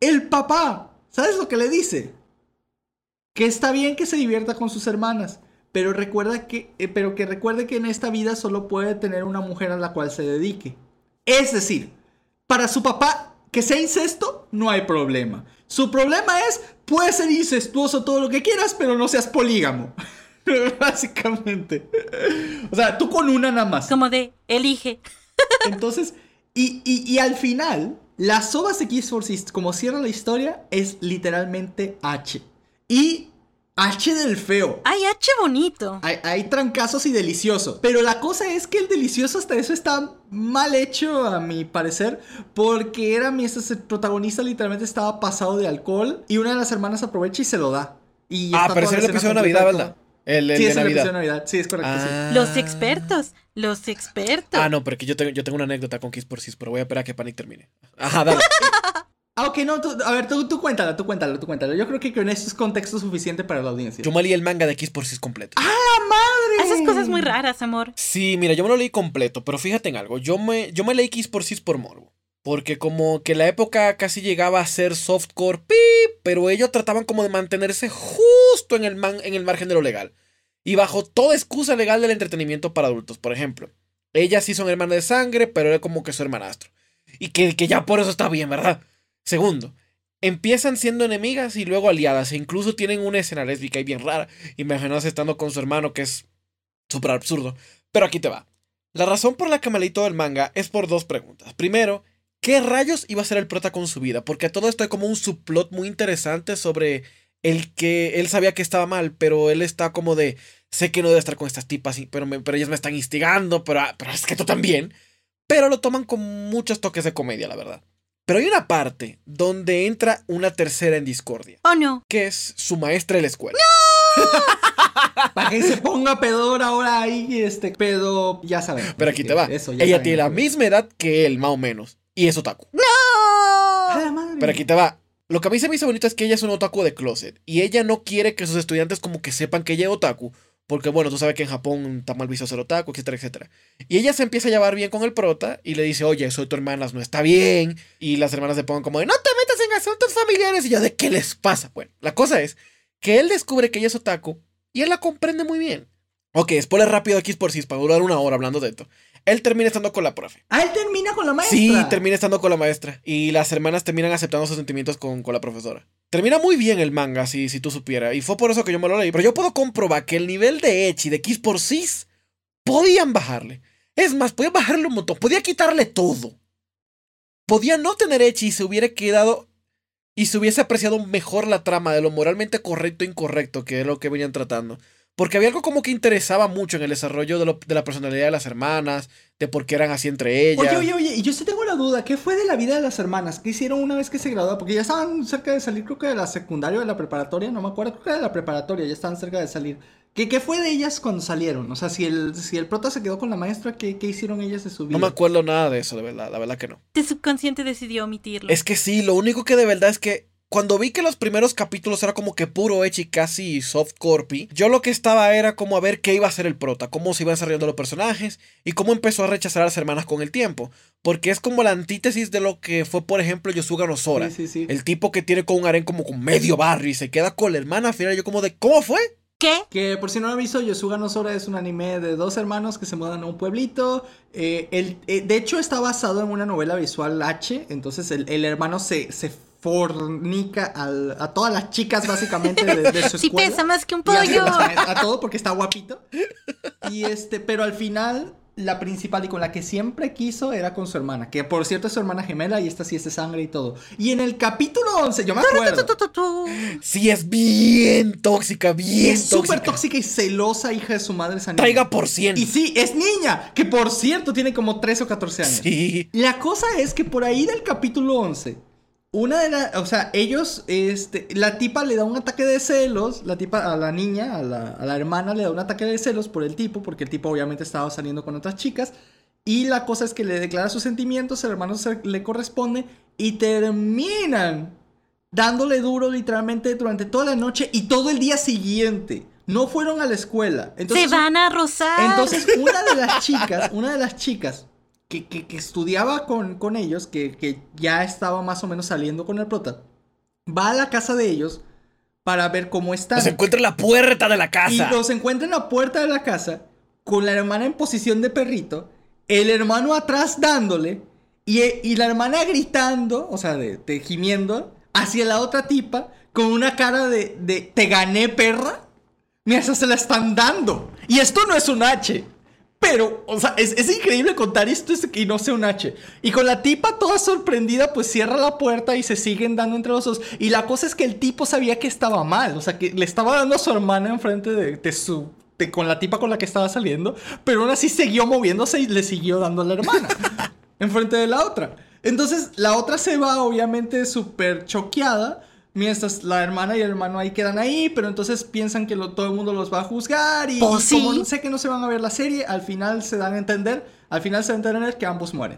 ¿sabes lo que le dice? Que está bien que se divierta con sus hermanas, pero que recuerde que en esta vida solo puede tener una mujer a la cual se dedique. Es decir, para su papá, que sea incesto, no hay problema. Su problema es, puedes ser incestuoso todo lo que quieras, pero no seas polígamo. Básicamente. O sea, tú con una nada más. Como de, elige. Entonces, y al final, las ovas de Kiss for Sis, como cierra la historia, es literalmente H. Y H del feo. Ay, H bonito. Hay trancazos y delicioso. Pero la cosa es que el delicioso hasta eso está mal hecho, a mi parecer. Porque el protagonista literalmente estaba pasado de alcohol. Y una de las hermanas aprovecha y se lo da. Y está Pero toda ese es la el escena episodio de completa Navidad, de ¿verdad? todo. El Sí, de es el Navidad. episodio de Navidad. Sí, es correcto, sí. Los expertos. Ah, no, porque yo tengo una anécdota con Kiss por Sis, pero voy a esperar a que Panic termine. Ajá, dale. Ah, ok, no, a ver, tú cuéntala. Yo creo que con eso es contexto suficiente para la audiencia. Yo me leí el manga de Kiss por Sis completo. ¡La madre! Haces cosas muy raras, amor. Sí, mira, yo me lo leí completo, pero fíjate en algo. Yo me leí Kiss por Sis por morbo. Porque como que la época casi llegaba a ser softcore, pero ellos trataban como de mantenerse justo en el margen de lo legal. Y bajo toda excusa legal del entretenimiento para adultos. Por ejemplo, ellas sí son hermanas de sangre, pero él como que su hermanastro. Y que ya por eso está bien, ¿verdad? Segundo, empiezan siendo enemigas y luego aliadas. E incluso tienen una escena lésbica y bien rara. Imagínate estando con su hermano, que es súper absurdo. Pero aquí te va. La razón por la que me leí todo el manga es por dos preguntas. Primero, ¿qué rayos iba a ser el prota con su vida? Porque todo esto hay como un subplot muy interesante sobre el que él sabía que estaba mal, pero él está como de, sé que no debe estar con estas tipas, pero ellas me están instigando, pero es que tú también. pero lo toman con muchos toques de comedia, la verdad. Pero hay una parte donde entra una tercera en discordia. Oh, no. Que es su maestra de la escuela. Para que se ponga pedor ahora ahí, pedo, ya saben. Pero aquí te va. Eso, ya Ella saben, tiene la misma edad que él, más o menos. Y es otaku. ¡A la madre! Pero aquí te va. Lo que a mí se me hizo bonito es que ella es un otaku de closet. Y ella no quiere que sus estudiantes como que sepan que ella es otaku. Porque bueno, tú sabes que en Japón está mal visto ser otaku, etcétera, etcétera. Y ella se empieza a llevar bien con el prota y le dice, oye, soy tu hermana, no está bien. Y las hermanas le pongan como de, no te metas en asuntos familiares. Y yo, ¿de qué les pasa? Bueno, la cosa es que él descubre que ella es otaku y él la comprende muy bien. Ok, spoiler rápido aquí por si para durar una hora hablando de esto. Él termina estando con la profe. Ah, él termina con la maestra. Sí, termina estando con la maestra. Y las hermanas terminan aceptando sus sentimientos con la profesora. Termina muy bien el manga, si tú supieras. Y fue por eso que yo me lo leí. Pero yo puedo comprobar que el nivel de ecchi de Kiss por Sis podían bajarle. Es más, podían bajarle un montón. Podía quitarle todo. Podía no tener ecchi y se hubiera quedado... Y se hubiese apreciado mejor la trama de lo moralmente correcto e incorrecto que es lo que venían tratando. Porque había algo como que interesaba mucho en el desarrollo de la personalidad de las hermanas, de por qué eran así entre ellas. Oye, y yo sí tengo la duda, ¿qué fue de la vida de las hermanas? ¿Qué hicieron una vez que se graduaron? Porque ya estaban cerca de salir, creo que de la secundaria o de la preparatoria, no me acuerdo, creo que de la preparatoria, ya estaban cerca de salir. ¿Qué fue de ellas cuando salieron? O sea, si el prota se quedó con la maestra, ¿qué hicieron ellas de su vida? No me acuerdo nada de eso, de verdad, la verdad que no. Tu subconsciente decidió omitirlo. Es que sí, lo único que de verdad es que cuando vi que los primeros capítulos era como que puro ecchi, casi softcore, yo lo que estaba era como a ver qué iba a hacer el prota, cómo se iban desarrollando los personajes y cómo empezó a rechazar a las hermanas con el tiempo. Porque es como la antítesis de lo que fue, por ejemplo, Yosuga no Sora. Sí. El tipo que tiene con un harén como con medio barrio y se queda con la hermana. Al final yo como de, ¿cómo fue? ¿Qué? Que por si no lo han visto, Yosuga no Sora es un anime de dos hermanos que se mudan a un pueblito. De hecho está basado en una novela visual H. Entonces el hermano se fornica a todas las chicas básicamente de su Sí escuela. pesa más que un Y hace pollo. a todo porque está guapito. Y pero al final la principal y con la que siempre quiso era con su hermana, que por cierto es su hermana gemela y esta sí es de sangre y todo. Y en el capítulo 11, yo me acuerdo, Sí, es bien tóxica, bien es tóxica. súper tóxica y celosa, hija de su madre esa niña. Traiga por 100. Y sí, es niña, que por cierto tiene como 13 o 14 años. Sí. La cosa es que por ahí del capítulo 11, ellos, la tipa le da un ataque de celos, la tipa a la niña, a la hermana le da un ataque de celos por el tipo, porque el tipo obviamente estaba saliendo con otras chicas, y la cosa es que le declara sus sentimientos, el hermano le corresponde, y terminan dándole duro literalmente durante toda la noche y todo el día siguiente. No fueron a la escuela. Entonces, Se van a rozar. entonces una de las chicas que estudiaba con ellos, que ya estaba más o menos saliendo con el prota, va a la casa de ellos para ver cómo están. Se encuentra en la puerta de la Y casa. los encuentra en la puerta de la casa con la hermana en posición de perrito, el hermano atrás dándole y la hermana gritando, o sea, de gimiendo hacia la otra tipa con una cara de te gané, perra. Mientras se la están dando. Y esto no es un H. Pero, o sea, es increíble contar esto y no sea un H. Y con la tipa toda sorprendida, pues cierra la puerta y se siguen dando entre los dos. Y la cosa es que el tipo sabía que estaba mal. O sea, que le estaba dando a su hermana enfrente con la tipa con la que estaba saliendo. Pero aún así siguió moviéndose y le siguió dando a la hermana. Enfrente de la otra. Entonces, la otra se va obviamente súper choqueada. Mientras la hermana y el hermano ahí quedan ahí, pero entonces piensan que todo el mundo los va a juzgar y, Pues y como sí. sé que no se van a ver la serie, al final se dan a entender que ambos mueren.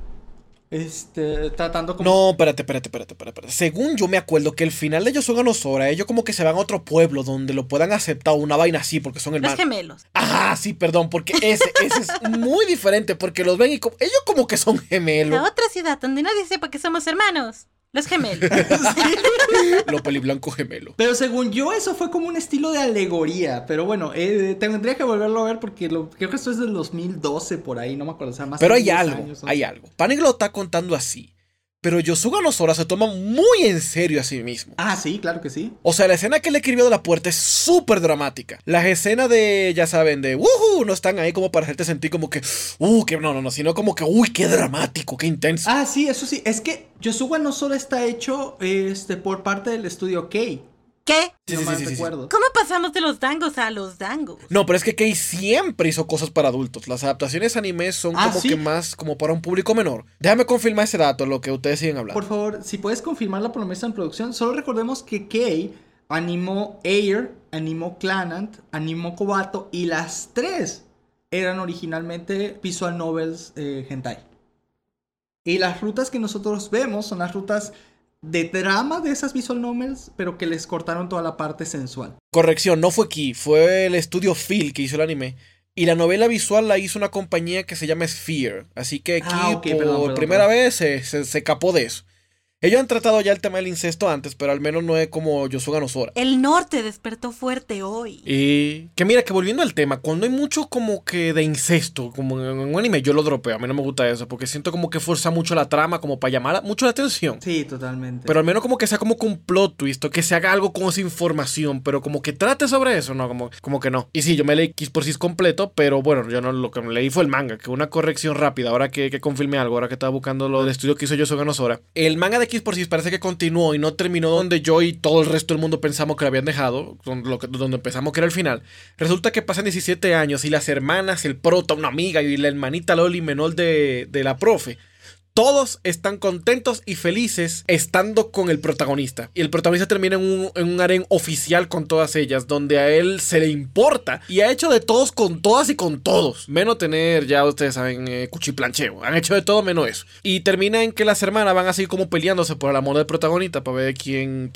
Tratando como... No, espérate. Según yo me acuerdo que el final de Yosuga no Sora, ellos como que se van a otro pueblo donde lo puedan aceptar una vaina así porque son Los hermanos. gemelos. Ajá, sí, perdón, porque ese es muy diferente porque los ven y ellos como que son gemelos. La otra ciudad donde nadie sepa que somos hermanos. Los gemelos. Los peliblancos gemelos. Pero según yo eso fue como un estilo de alegoría, pero bueno, tendría que volverlo a ver porque creo que esto es del 2012 por ahí, no me acuerdo, o sea, más Pero de hay 10 algo, años, ¿no? hay algo. Panic lo está contando así, pero Yosuga no Sora se toma muy en serio a sí mismo. Ah, sí, claro que sí. O sea, la escena que le escribió de la puerta es súper dramática. Las escenas de, ya saben, de ¡wuhu! No están ahí como para hacerte sentir como que que no, sino como que ¡uy, qué dramático, qué intenso! Ah, sí, eso sí, es que Yosuga no solo está hecho por parte del estudio K. ¿Qué? Sí, no sí, mal sí, sí, sí. recuerdo. ¿Cómo pasamos de los dangos a los dangos? No, pero es que Kei siempre hizo cosas para adultos. Las adaptaciones anime son como ¿sí? que más como para un público menor. Déjame confirmar ese dato, lo que ustedes siguen hablando. Por favor, si puedes confirmarla por la mesa en producción. Solo recordemos que Kei animó Air, animó Clanant, animó Kobato y las tres eran originalmente visual novels hentai. Y las rutas que nosotros vemos son las rutas de drama de esas visual novels, pero que les cortaron toda la parte sensual. Corrección, no fue Key, fue el estudio Phil que hizo el anime. Y la novela visual la hizo una compañía que se llama Sphere. Así que Key ok, por perdón, primera vez se escapó de eso. Ellos han tratado ya el tema del incesto antes, pero al menos no es como Yosuga no Sora. El norte despertó fuerte hoy. Y que mira, que volviendo al tema, cuando hay mucho como que de incesto, como en un anime, yo lo dropeo. A mí no me gusta eso, porque siento como que fuerza mucho la trama, como para llamar mucho la atención. Sí, totalmente. Pero al menos como que sea como con un plot twist, o que se haga algo con esa información, pero como que trate sobre eso, no, como que no. Y sí, yo me leí Kiss por Kiss completo, pero bueno, yo no, lo que me leí fue el manga, que una corrección rápida, ahora que confirmé algo, ahora que estaba buscando lo del estudio que hizo Yosuga no Sora. El manga de Kiss por Kiss parece que continuó y no terminó donde yo y todo el resto del mundo pensamos que lo habían dejado, donde empezamos que era el final. Resulta que pasan 17 años y las hermanas, el prota, una amiga y la hermanita Loli menor de la profe, todos están contentos y felices estando con el protagonista. Y el protagonista termina en un harén oficial con todas ellas, donde a él se le importa. Y ha hecho de todos con todas y con todos. Menos tener, ya ustedes saben, cuchiplancheo. Han hecho de todo menos eso. Y termina en que las hermanas van así como peleándose por el amor del protagonista para ver quién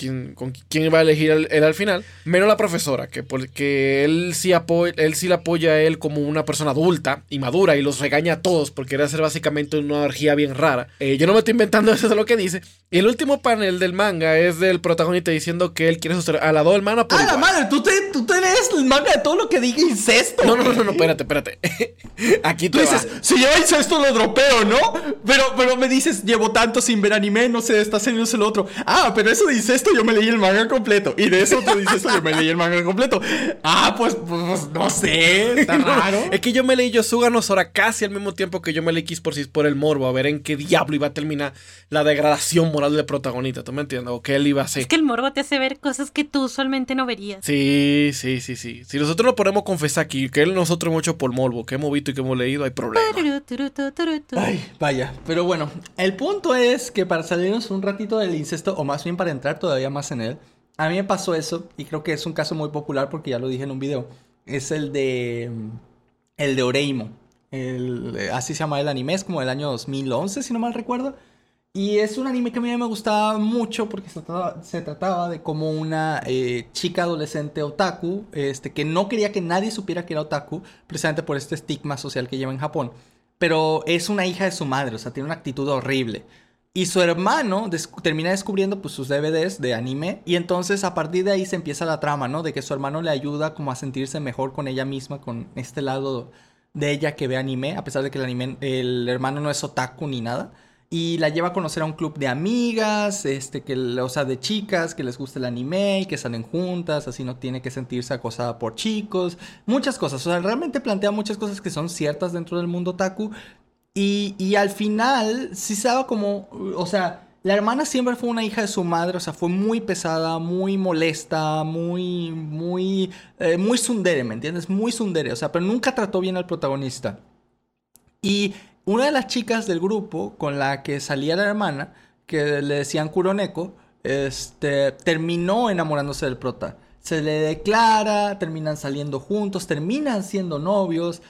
va a elegir él al final. Menos la profesora, porque él sí la apoya a él como una persona adulta y madura y los regaña a todos porque era hacer básicamente una orgía bien rara. Yo no me estoy inventando, eso es lo que dice. Y el último panel del manga es del protagonista diciendo que él quiere a las dos hermanas por igual. ¡Ah, la madre! ¿Tú te lees el manga de todo lo que diga incesto? No, espérate. Aquí tú dices, si lleva incesto lo dropeo, ¿no? Pero me dices, llevo tanto sin ver anime, no sé, está saliéndose el otro. Ah, pero eso de incesto yo me leí el manga completo. Y de eso otro de incesto yo me leí el manga completo. Ah, pues no sé, está raro. Es que yo me leí Yosuga no Sora casi al mismo tiempo que yo me leí Kiss por el morbo, a ver en qué diablo iba a terminar la degradación moral del protagonista, ¿tú me entiendes? O qué él iba a hacer. Es que el morbo te hace ver cosas que tú usualmente no verías. Sí. Si nosotros nos ponemos a confesar aquí que nosotros hemos hecho por morbo, que hemos visto y que hemos leído, hay problema. Ay, vaya. Pero bueno, el punto es que para salirnos un ratito del incesto, o más bien para entrar todavía más en él, a mí me pasó eso, y creo que es un caso muy popular porque ya lo dije en un video. Es el de Oreimo. Así se llama el anime, es como del año 2011, si no mal recuerdo. Y es un anime que a mí me gustaba mucho porque se trataba de como una chica adolescente otaku, que no quería que nadie supiera que era otaku, precisamente por este estigma social que lleva en Japón. Pero es una hija de su madre, o sea, tiene una actitud horrible. Y su hermano termina descubriendo pues sus DVDs de anime. Y entonces a partir de ahí se empieza la trama, ¿no? De que su hermano le ayuda como a sentirse mejor con ella misma, con este lado de ella que ve anime, a pesar de que el hermano no es otaku ni nada. Y la lleva a conocer a un club de amigas, o sea, de chicas que les gusta el anime y que salen juntas, así no tiene que sentirse acosada por chicos. Muchas cosas, o sea, realmente plantea muchas cosas que son ciertas dentro del mundo otaku. Y al final, sí se daba como, o sea, la hermana siempre fue una hija de su madre, o sea, fue muy pesada, muy molesta, muy tsundere, ¿me entiendes? Muy tsundere, o sea, pero nunca trató bien al protagonista. Y una de las chicas del grupo con la que salía la hermana, que le decían Kuroneko, terminó enamorándose del prota. Se le declara, terminan saliendo juntos, terminan siendo novios,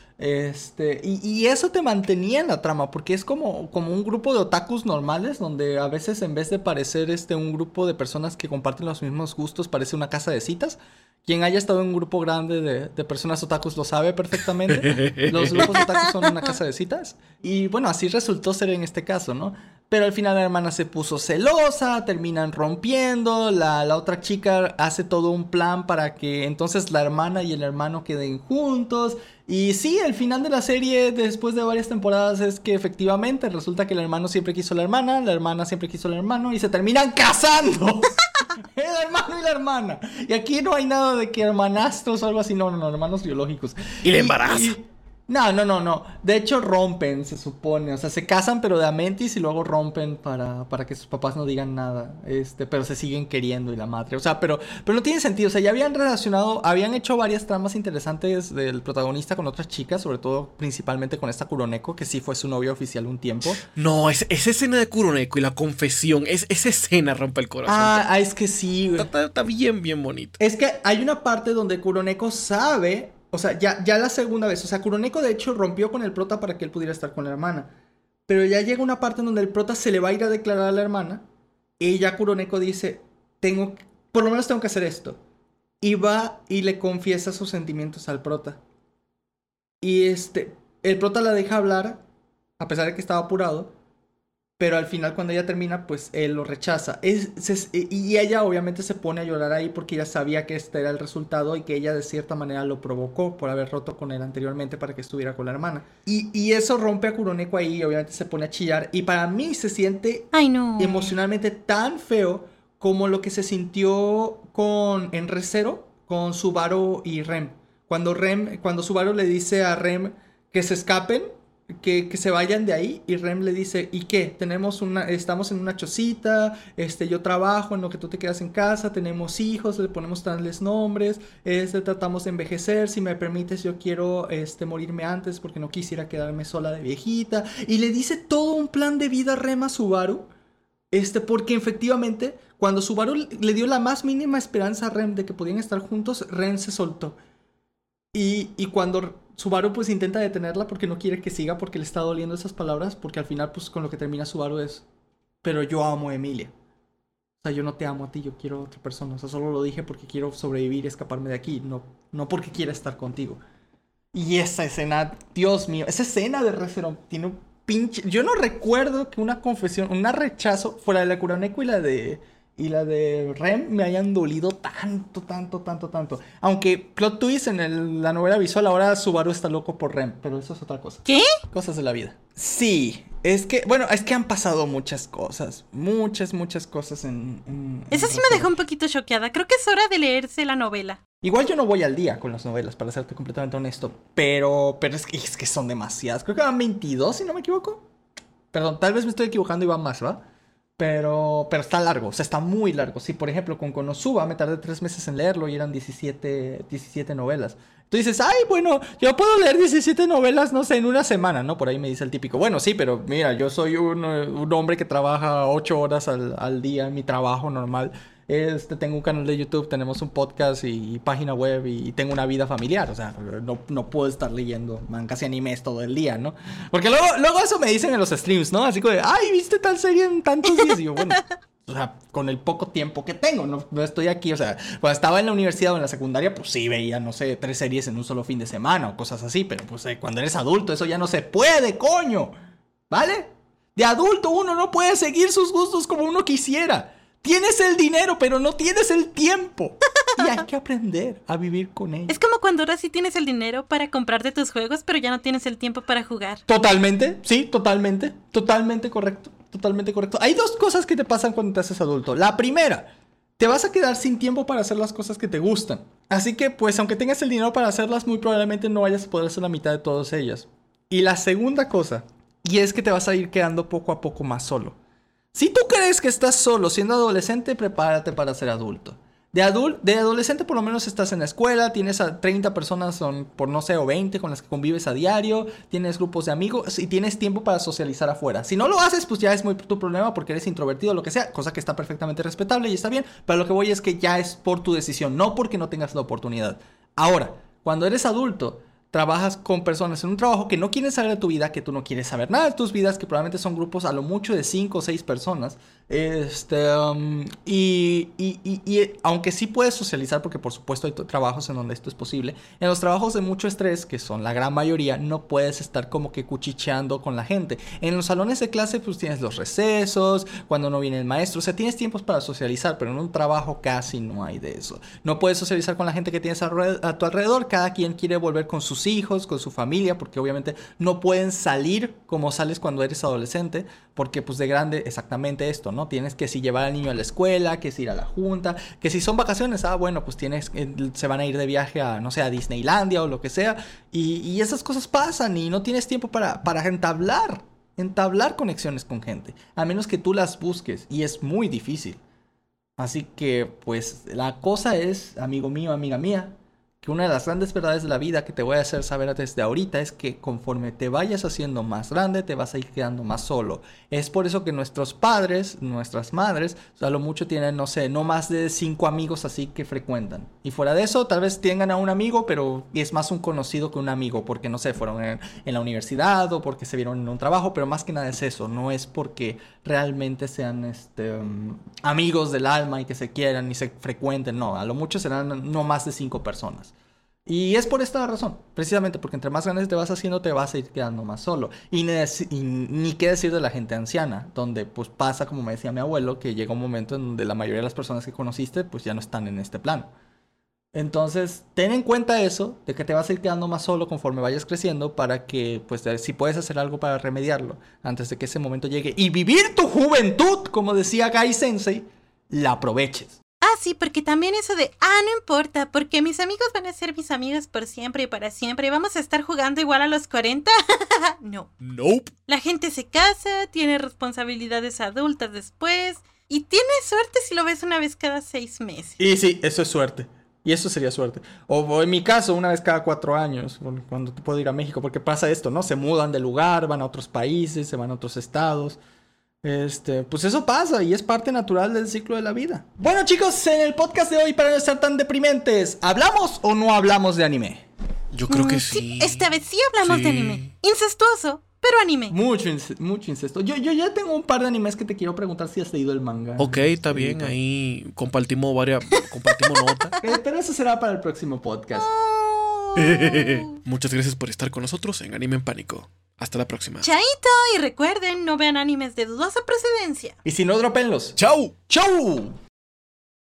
y eso te mantenía en la trama, porque es como un grupo de otakus normales, donde a veces en vez de parecer un grupo de personas que comparten los mismos gustos, parece una casa de citas. Quien haya estado en un grupo grande de personas otakus lo sabe perfectamente. Los grupos otakus son una casa de citas. Y bueno, así resultó ser en este caso, ¿no? Pero al final la hermana se puso celosa, terminan rompiendo, la otra chica hace todo un plan para que entonces la hermana y el hermano queden juntos. Y sí, el final de la serie, después de varias temporadas, es que efectivamente resulta que el hermano siempre quiso a la hermana siempre quiso al hermano, y se terminan casando. El hermano y la hermana. Y aquí no hay nada de que hermanastros o algo así, no, hermanos biológicos. Y le embaraza. No. De hecho, rompen, se supone. O sea, se casan, pero de a mentis y luego rompen para que sus papás no digan nada. Pero se siguen queriendo y la madre. O sea, pero no tiene sentido. O sea, ya habían hecho varias tramas interesantes del protagonista con otras chicas, sobre todo, principalmente con esta Kuroneko, que sí fue su novia oficial un tiempo. No, esa escena de Kuroneko y la confesión, esa escena rompe el corazón. Es que sí, güey. Está bien, bien bonito. Es que hay una parte donde Kuroneko sabe, o sea, ya la segunda vez, o sea, Kuroneko de hecho rompió con el prota para que él pudiera estar con la hermana, pero ya llega una parte en donde el prota se le va a ir a declarar a la hermana y ya Kuroneko dice, por lo menos tengo que hacer esto, y va y le confiesa sus sentimientos al prota, y el prota la deja hablar, a pesar de que estaba apurado. Pero al final cuando ella termina, pues él lo rechaza. Y ella obviamente se pone a llorar ahí porque ella sabía que este era el resultado y que ella de cierta manera lo provocó por haber roto con él anteriormente para que estuviera con la hermana. Y eso rompe a Kuroneko ahí y obviamente se pone a chillar. Y para mí se siente emocionalmente tan feo como lo que se sintió en Re:Zero con Subaru y Rem. Cuando Subaru le dice a Rem que se escapen, que se vayan de ahí, y Rem le dice, ¿y qué? Estamos en una chocita, yo trabajo en lo que tú te quedas en casa, tenemos hijos, le ponemos tales nombres, tratamos de envejecer, si me permites yo quiero morirme antes porque no quisiera quedarme sola de viejita, y le dice todo un plan de vida a Rem a Subaru, porque efectivamente cuando Subaru le dio la más mínima esperanza a Rem de que podían estar juntos, Rem se soltó. Y cuando Subaru pues intenta detenerla porque no quiere que siga, porque le está doliendo esas palabras, porque al final pues con lo que termina Subaru es, pero yo amo a Emilia. O sea, yo no te amo a ti, yo quiero a otra persona. O sea, solo lo dije porque quiero sobrevivir y escaparme de aquí, no porque quiera estar contigo. Y esa escena, Dios mío, esa escena de Re:Zero tiene un pinche... Yo no recuerdo que una confesión, un rechazo, fuera de la Kuroneko y la de Rem me hayan dolido tanto. Aunque plot twist en la novela visual, ahora Subaru está loco por Rem, pero eso es otra cosa. ¿Qué? Cosas de la vida. Sí, es que han pasado muchas cosas. Muchas cosas en Eso sí me dejó un poquito choqueada. Creo que es hora de leerse la novela. Igual yo no voy al día con las novelas, para serte completamente honesto. Pero es que son demasiadas. Creo que van 22, si no me equivoco. Perdón, tal vez me estoy equivocando y van más, ¿va? Pero está largo, o sea, está muy largo. Sí, por ejemplo, con Konosuba me tardé 3 meses en leerlo y eran 17 novelas. Tú dices, ay, bueno, yo puedo leer 17 novelas, no sé, en una semana, ¿no? Por ahí me dice el típico. Bueno, sí, pero mira, yo soy un hombre que trabaja 8 horas al día en mi trabajo normal. Tengo un canal de YouTube, tenemos un podcast y página web y tengo una vida familiar. O sea, no puedo estar leyendo casi animes todo el día, ¿no? Porque luego eso me dicen en los streams, ¿no? Así como de, ay, ¿viste tal serie en tantos días? Y yo, bueno, o sea, con el poco tiempo que tengo, no estoy aquí. O sea, cuando estaba en la universidad o en la secundaria, pues sí veía, no sé, 3 series en un solo fin de semana o cosas así. Pero pues cuando eres adulto eso ya no se puede, coño. ¿Vale? De adulto uno no puede seguir sus gustos como uno quisiera. Tienes el dinero, pero no tienes el tiempo. Y hay que aprender a vivir con ello. Es como cuando ahora sí tienes el dinero para comprarte tus juegos, pero ya no tienes el tiempo para jugar. Totalmente, sí, totalmente. Totalmente correcto. Totalmente correcto. Hay 2 cosas que te pasan cuando te haces adulto. La primera, te vas a quedar sin tiempo para hacer las cosas que te gustan. Así que, pues, aunque tengas el dinero para hacerlas, muy probablemente no vayas a poder hacer la mitad de todas ellas. Y la segunda cosa, y es que te vas a ir quedando poco a poco más solo. Si tú crees que estás solo siendo adolescente, prepárate para ser adulto. De adolescente por lo menos estás en la escuela, tienes a 30 personas por no sé, o 20 con las que convives a diario, tienes grupos de amigos y tienes tiempo para socializar afuera. Si no lo haces, pues ya es muy tu problema porque eres introvertido o lo que sea, cosa que está perfectamente respetable y está bien, pero lo que voy es que ya es por tu decisión, no porque no tengas la oportunidad. Ahora, cuando eres adulto, trabajas con personas en un trabajo que no quieren saber de tu vida, que tú no quieres saber nada de tus vidas, que probablemente son grupos a lo mucho de 5 o 6 personas. Y aunque sí puedes socializar, porque por supuesto hay trabajos en donde esto es posible, en los trabajos de mucho estrés, que son la gran mayoría, no puedes estar como que cuchicheando con la gente. En los salones de clase pues tienes los recesos, cuando no viene el maestro, o sea, tienes tiempos para socializar, pero en un trabajo casi no hay de eso. No puedes socializar con la gente que tienes a tu alrededor, cada quien quiere volver con sus hijos, con su familia, porque obviamente no pueden salir como sales cuando eres adolescente, porque pues de grande exactamente esto, ¿no? ¿no? Tienes que si llevar al niño a la escuela, que si ir a la junta, que si son vacaciones, bueno, pues se van a ir de viaje a, no sé, a Disneylandia o lo que sea, y esas cosas pasan y no tienes tiempo para entablar conexiones con gente, a menos que tú las busques, y es muy difícil. Así que, pues, la cosa es, amigo mío, amiga mía, que una de las grandes verdades de la vida que te voy a hacer saber desde ahorita es que conforme te vayas haciendo más grande, te vas a ir quedando más solo. Es por eso que nuestros padres, nuestras madres, a lo mucho tienen, no sé, no más de 5 amigos así que frecuentan. Y fuera de eso, tal vez tengan a un amigo, pero es más un conocido que un amigo, porque, no sé, fueron en la universidad o porque se vieron en un trabajo, pero más que nada es eso, no es porque realmente sean amigos del alma y que se quieran y se frecuenten, no, a lo mucho serán no más de 5 personas. Y es por esta razón, precisamente porque entre más grande te vas haciendo, te vas a ir quedando más solo. Y ni qué decir de la gente anciana, donde pues pasa, como me decía mi abuelo, que llega un momento en donde la mayoría de las personas que conociste pues ya no están en este plano. Entonces, ten en cuenta eso, de que te vas a ir quedando más solo conforme vayas creciendo, para que, pues, si puedes hacer algo para remediarlo antes de que ese momento llegue y vivir tu juventud, como decía Gai Sensei, la aproveches. Ah, sí, porque también eso de, no importa, porque mis amigos van a ser mis amigos por siempre y para siempre y vamos a estar jugando igual a los 40. No. Nope. La gente se casa, tiene responsabilidades adultas después y tiene suerte si lo ves una vez cada 6 meses. Y sí, eso es suerte. Y eso sería suerte. O en mi caso, una vez cada 4 años, cuando te puedo ir a México, porque pasa esto, ¿no? Se mudan de lugar, van a otros países, se van a otros estados. Pues eso pasa y es parte natural del ciclo de la vida. Bueno, chicos, en el podcast de hoy, para no estar tan deprimentes, ¿hablamos o no hablamos de anime? Yo creo que sí. Esta vez sí hablamos de anime. Incestuoso, pero anime. Mucho incesto. Yo ya tengo un par de animes que te quiero preguntar si has leído el manga. Ok, está bien. Ahí compartimos notas. Pero eso será para el próximo podcast. Muchas gracias por estar con nosotros en Anime en Pánico. Hasta la próxima. Chaito, y recuerden, no vean animes de dudosa procedencia. Y si no, dropenlos. ¡Chau! ¡Chau!